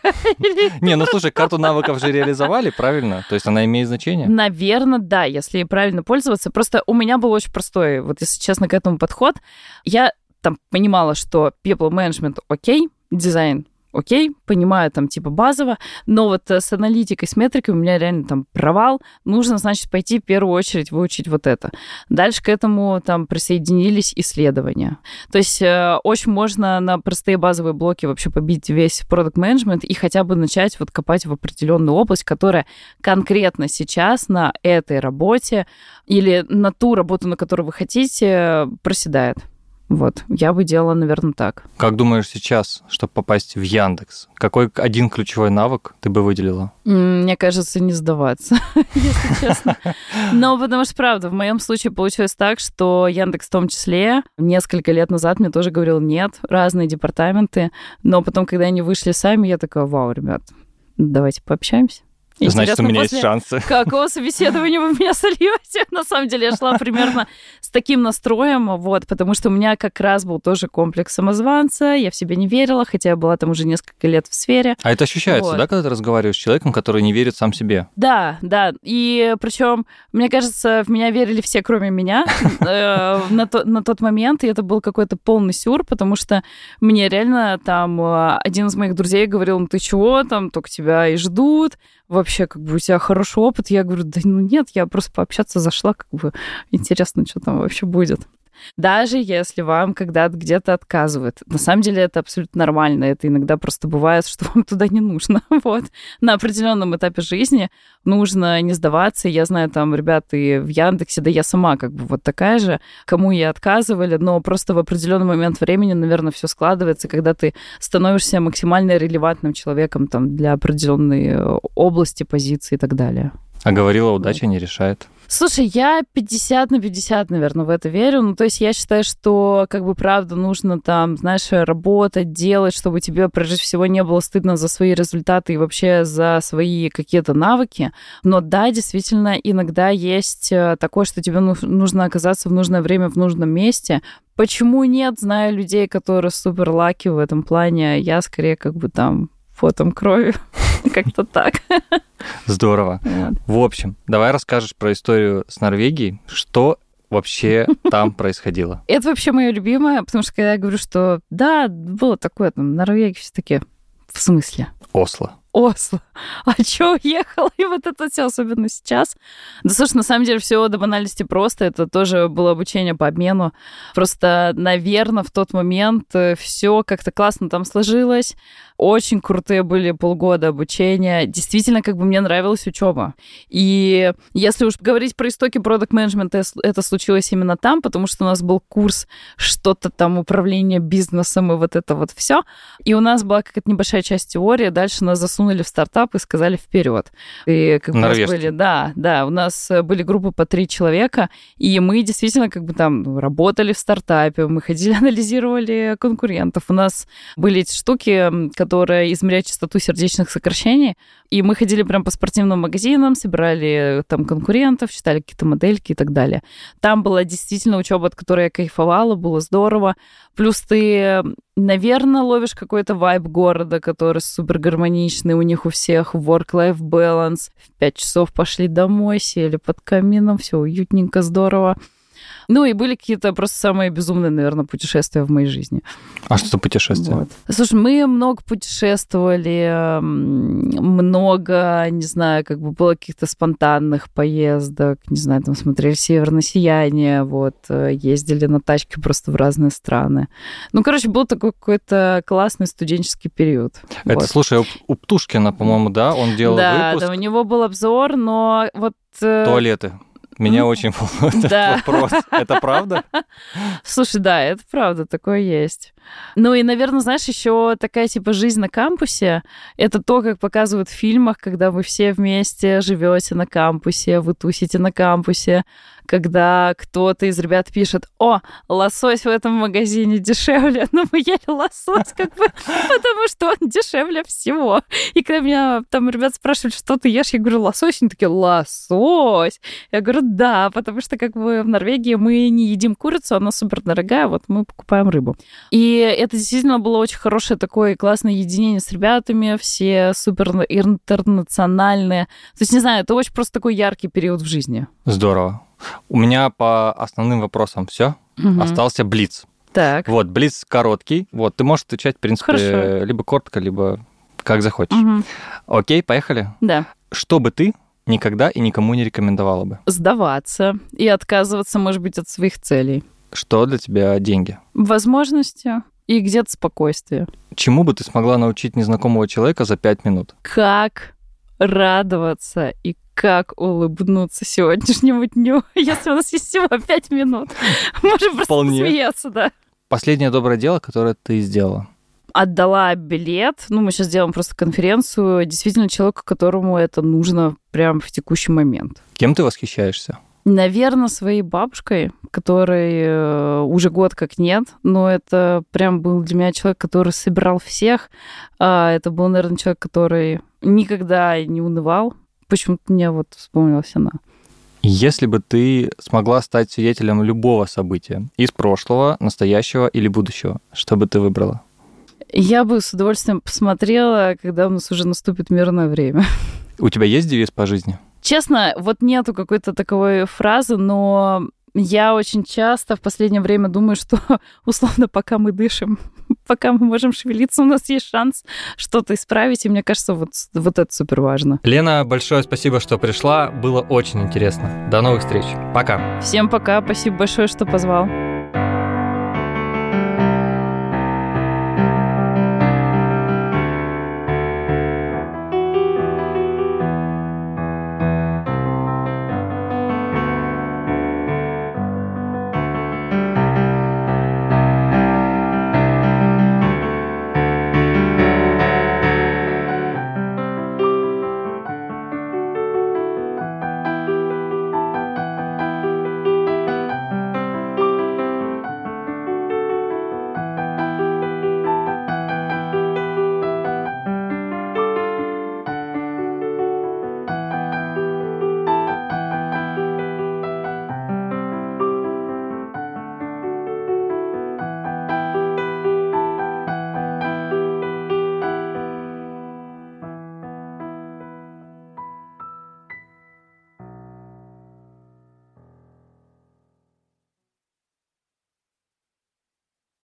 Не, ну слушай, карту навыков же реализовали, правильно? То есть она имеет значение? Наверное, да, если правильно пользоваться. Просто у меня был очень простой, вот если честно, к этому подход. Я там понимала, что people management окей, дизайн окей, понимаю там типа базово, но вот с аналитикой, с метрикой у меня реально там провал. Нужно, значит, пойти в первую очередь выучить вот это. Дальше к этому там присоединились исследования. То есть очень можно на простые базовые блоки вообще побить весь продакт-менеджмент и хотя бы начать вот копать в определенную область, которая конкретно сейчас на этой работе или на ту работу, на которую вы хотите, проседает. Вот, я бы делала, наверное, так. Как думаешь сейчас, чтобы попасть в Яндекс, какой один ключевой навык ты бы выделила? Мне кажется, не сдаваться, если честно. Но потому что, правда, в моем случае получилось так, что Яндекс в том числе несколько лет назад мне тоже говорил нет, разные департаменты, но потом, когда они вышли сами, я такая, вау, ребят, давайте пообщаемся. Значит, у меня есть шансы. Какого собеседования вы меня сольете? На самом деле, я шла примерно с таким настроем, вот, потому что у меня как раз был тоже комплекс самозванца, я в себя не верила, хотя я была там уже несколько лет в сфере. А это ощущается, вот. Да, когда ты разговариваешь с человеком, который не верит сам себе? Да, да, и причем, мне кажется, в меня верили все, кроме меня на тот момент, и это был какой-то полный сюр, потому что мне реально там один из моих друзей говорил, ну ты чего, там только тебя и ждут, вообще, как бы, у тебя хороший опыт. Я говорю, да ну нет, я просто пообщаться зашла, как бы, интересно, что там вообще будет. Даже если вам когда-то где-то отказывают. На самом деле это абсолютно нормально. Это иногда просто бывает, что вам туда не нужно. Вот. На определенном этапе жизни нужно не сдаваться. Я знаю там ребят и в Яндексе, да я сама как бы вот такая же, кому и отказывали, но просто в определенный момент времени, наверное, все складывается, когда ты становишься максимально релевантным человеком там, для определенной области, позиции и так далее. А говорила, удача не решает. Слушай, я 50/50, наверное, в это верю. Ну, то есть я считаю, что, как бы, правда, нужно там, знаешь, работать, делать, чтобы тебе, прежде всего, не было стыдно за свои результаты и вообще за свои какие-то навыки. Но да, действительно, иногда есть такое, что тебе нужно оказаться в нужное время в нужном месте. Почему нет? Знаю людей, которые супер лаки в этом плане. Я скорее как бы там потом кровью. Как-то так. Здорово. Вот. В общем, давай расскажешь про историю с Норвегией. Что вообще там происходило? Это вообще мое любимое, потому что когда я говорю, что да, было такое, там, Норвегия, все таки в смысле? Осло. А чё уехала? И вот это все, особенно сейчас. Да, слушай, на самом деле все до банальности просто. Это тоже было обучение по обмену. Просто, наверное, в тот момент все как-то классно там сложилось. Очень крутые были полгода обучения. Действительно, как бы мне нравилась учеба. И если уж говорить про истоки продакт-менеджмента, это случилось именно там, потому что у нас был курс что-то там управление бизнесом и вот это вот все. И у нас была какая-то небольшая часть теории. Дальше нас засунули в стартап и сказали вперед. И как бы у нас были, да, у нас были группы по 3 человека, и мы действительно как бы там работали в стартапе, мы ходили, анализировали конкурентов. У нас были эти штуки, которые измеряют частоту сердечных сокращений, и мы ходили прям по спортивным магазинам, собирали там конкурентов, читали какие-то модельки и так далее. Там была действительно учеба, от которой я кайфовала, было здорово. Плюс ты, наверное, ловишь какой-то вайб города, который супер гармоничный, у них у всех work-life balance. В 5 часов пошли домой, сели под камином, все уютненько, здорово. Ну и были какие-то просто самые безумные, наверное, путешествия в моей жизни. А что за путешествия? Вот. Слушай, мы много путешествовали, много, не знаю, как бы было каких-то спонтанных поездок, не знаю, там смотрели «Северное сияние», вот, ездили на тачке просто в разные страны. Ну, короче, был такой какой-то классный студенческий период. Это, вот. Слушай, у Птушкина, по-моему, да, он делал выпуск. Да, у него был обзор, но вот... Туалеты. Меня очень волнует этот вопрос. Это правда? Слушай, да, это правда, такое есть. Ну и, наверное, знаешь, еще такая типа жизнь на кампусе. Это то, как показывают в фильмах, когда вы все вместе живете на кампусе, вы тусите на кампусе, когда кто-то из ребят пишет: «О, лосось в этом магазине дешевле». Ну, мы ели лосось, как бы, потому что он дешевле всего. И когда меня там ребят спрашивают, что ты ешь, я говорю: лосось. Они такие: лосось. Я говорю: да, потому что как бы в Норвегии мы не едим курицу, она супер дорогая, вот мы покупаем рыбу. И это действительно было очень хорошее такое классное единение с ребятами, все супер интернациональные. То есть, не знаю, это очень просто такой яркий период в жизни. Здорово. У меня по основным вопросам все. Остался блиц. Так. Вот, блиц короткий. Вот, ты можешь отвечать, в принципе, либо коротко, либо как захочешь. Окей, поехали? Да. Что бы ты никогда и никому не рекомендовала бы? Сдаваться и отказываться, может быть, от своих целей. Что для тебя деньги? Возможности и где-то спокойствие. Чему бы ты смогла научить незнакомого человека за 5 минут? Как радоваться и как улыбнуться сегодняшнему дню, если у нас есть всего 5 минут. Можем просто посмеяться, да. Последнее доброе дело, которое ты сделала? Отдала билет. Ну, мы сейчас делаем просто конференцию. Действительно, человеку, которому это нужно прямо в текущий момент. Кем ты восхищаешься? Наверное, своей бабушкой, которой уже год как нет, но это прям был для меня человек, который собирал всех. Это был, наверное, человек, который никогда не унывал. Почему-то мне вот вспомнилась она. Если бы ты смогла стать свидетелем любого события из прошлого, настоящего или будущего, что бы ты выбрала? Я бы с удовольствием посмотрела, когда у нас уже наступит мирное время. У тебя есть девиз по жизни? Честно, вот нету какой-то таковой фразы, но я очень часто в последнее время думаю, что условно пока мы дышим, пока мы можем шевелиться, у нас есть шанс что-то исправить, и мне кажется, вот это супер важно. Лена, большое спасибо, что пришла, было очень интересно. До новых встреч. Пока. Всем пока, спасибо большое, что позвал.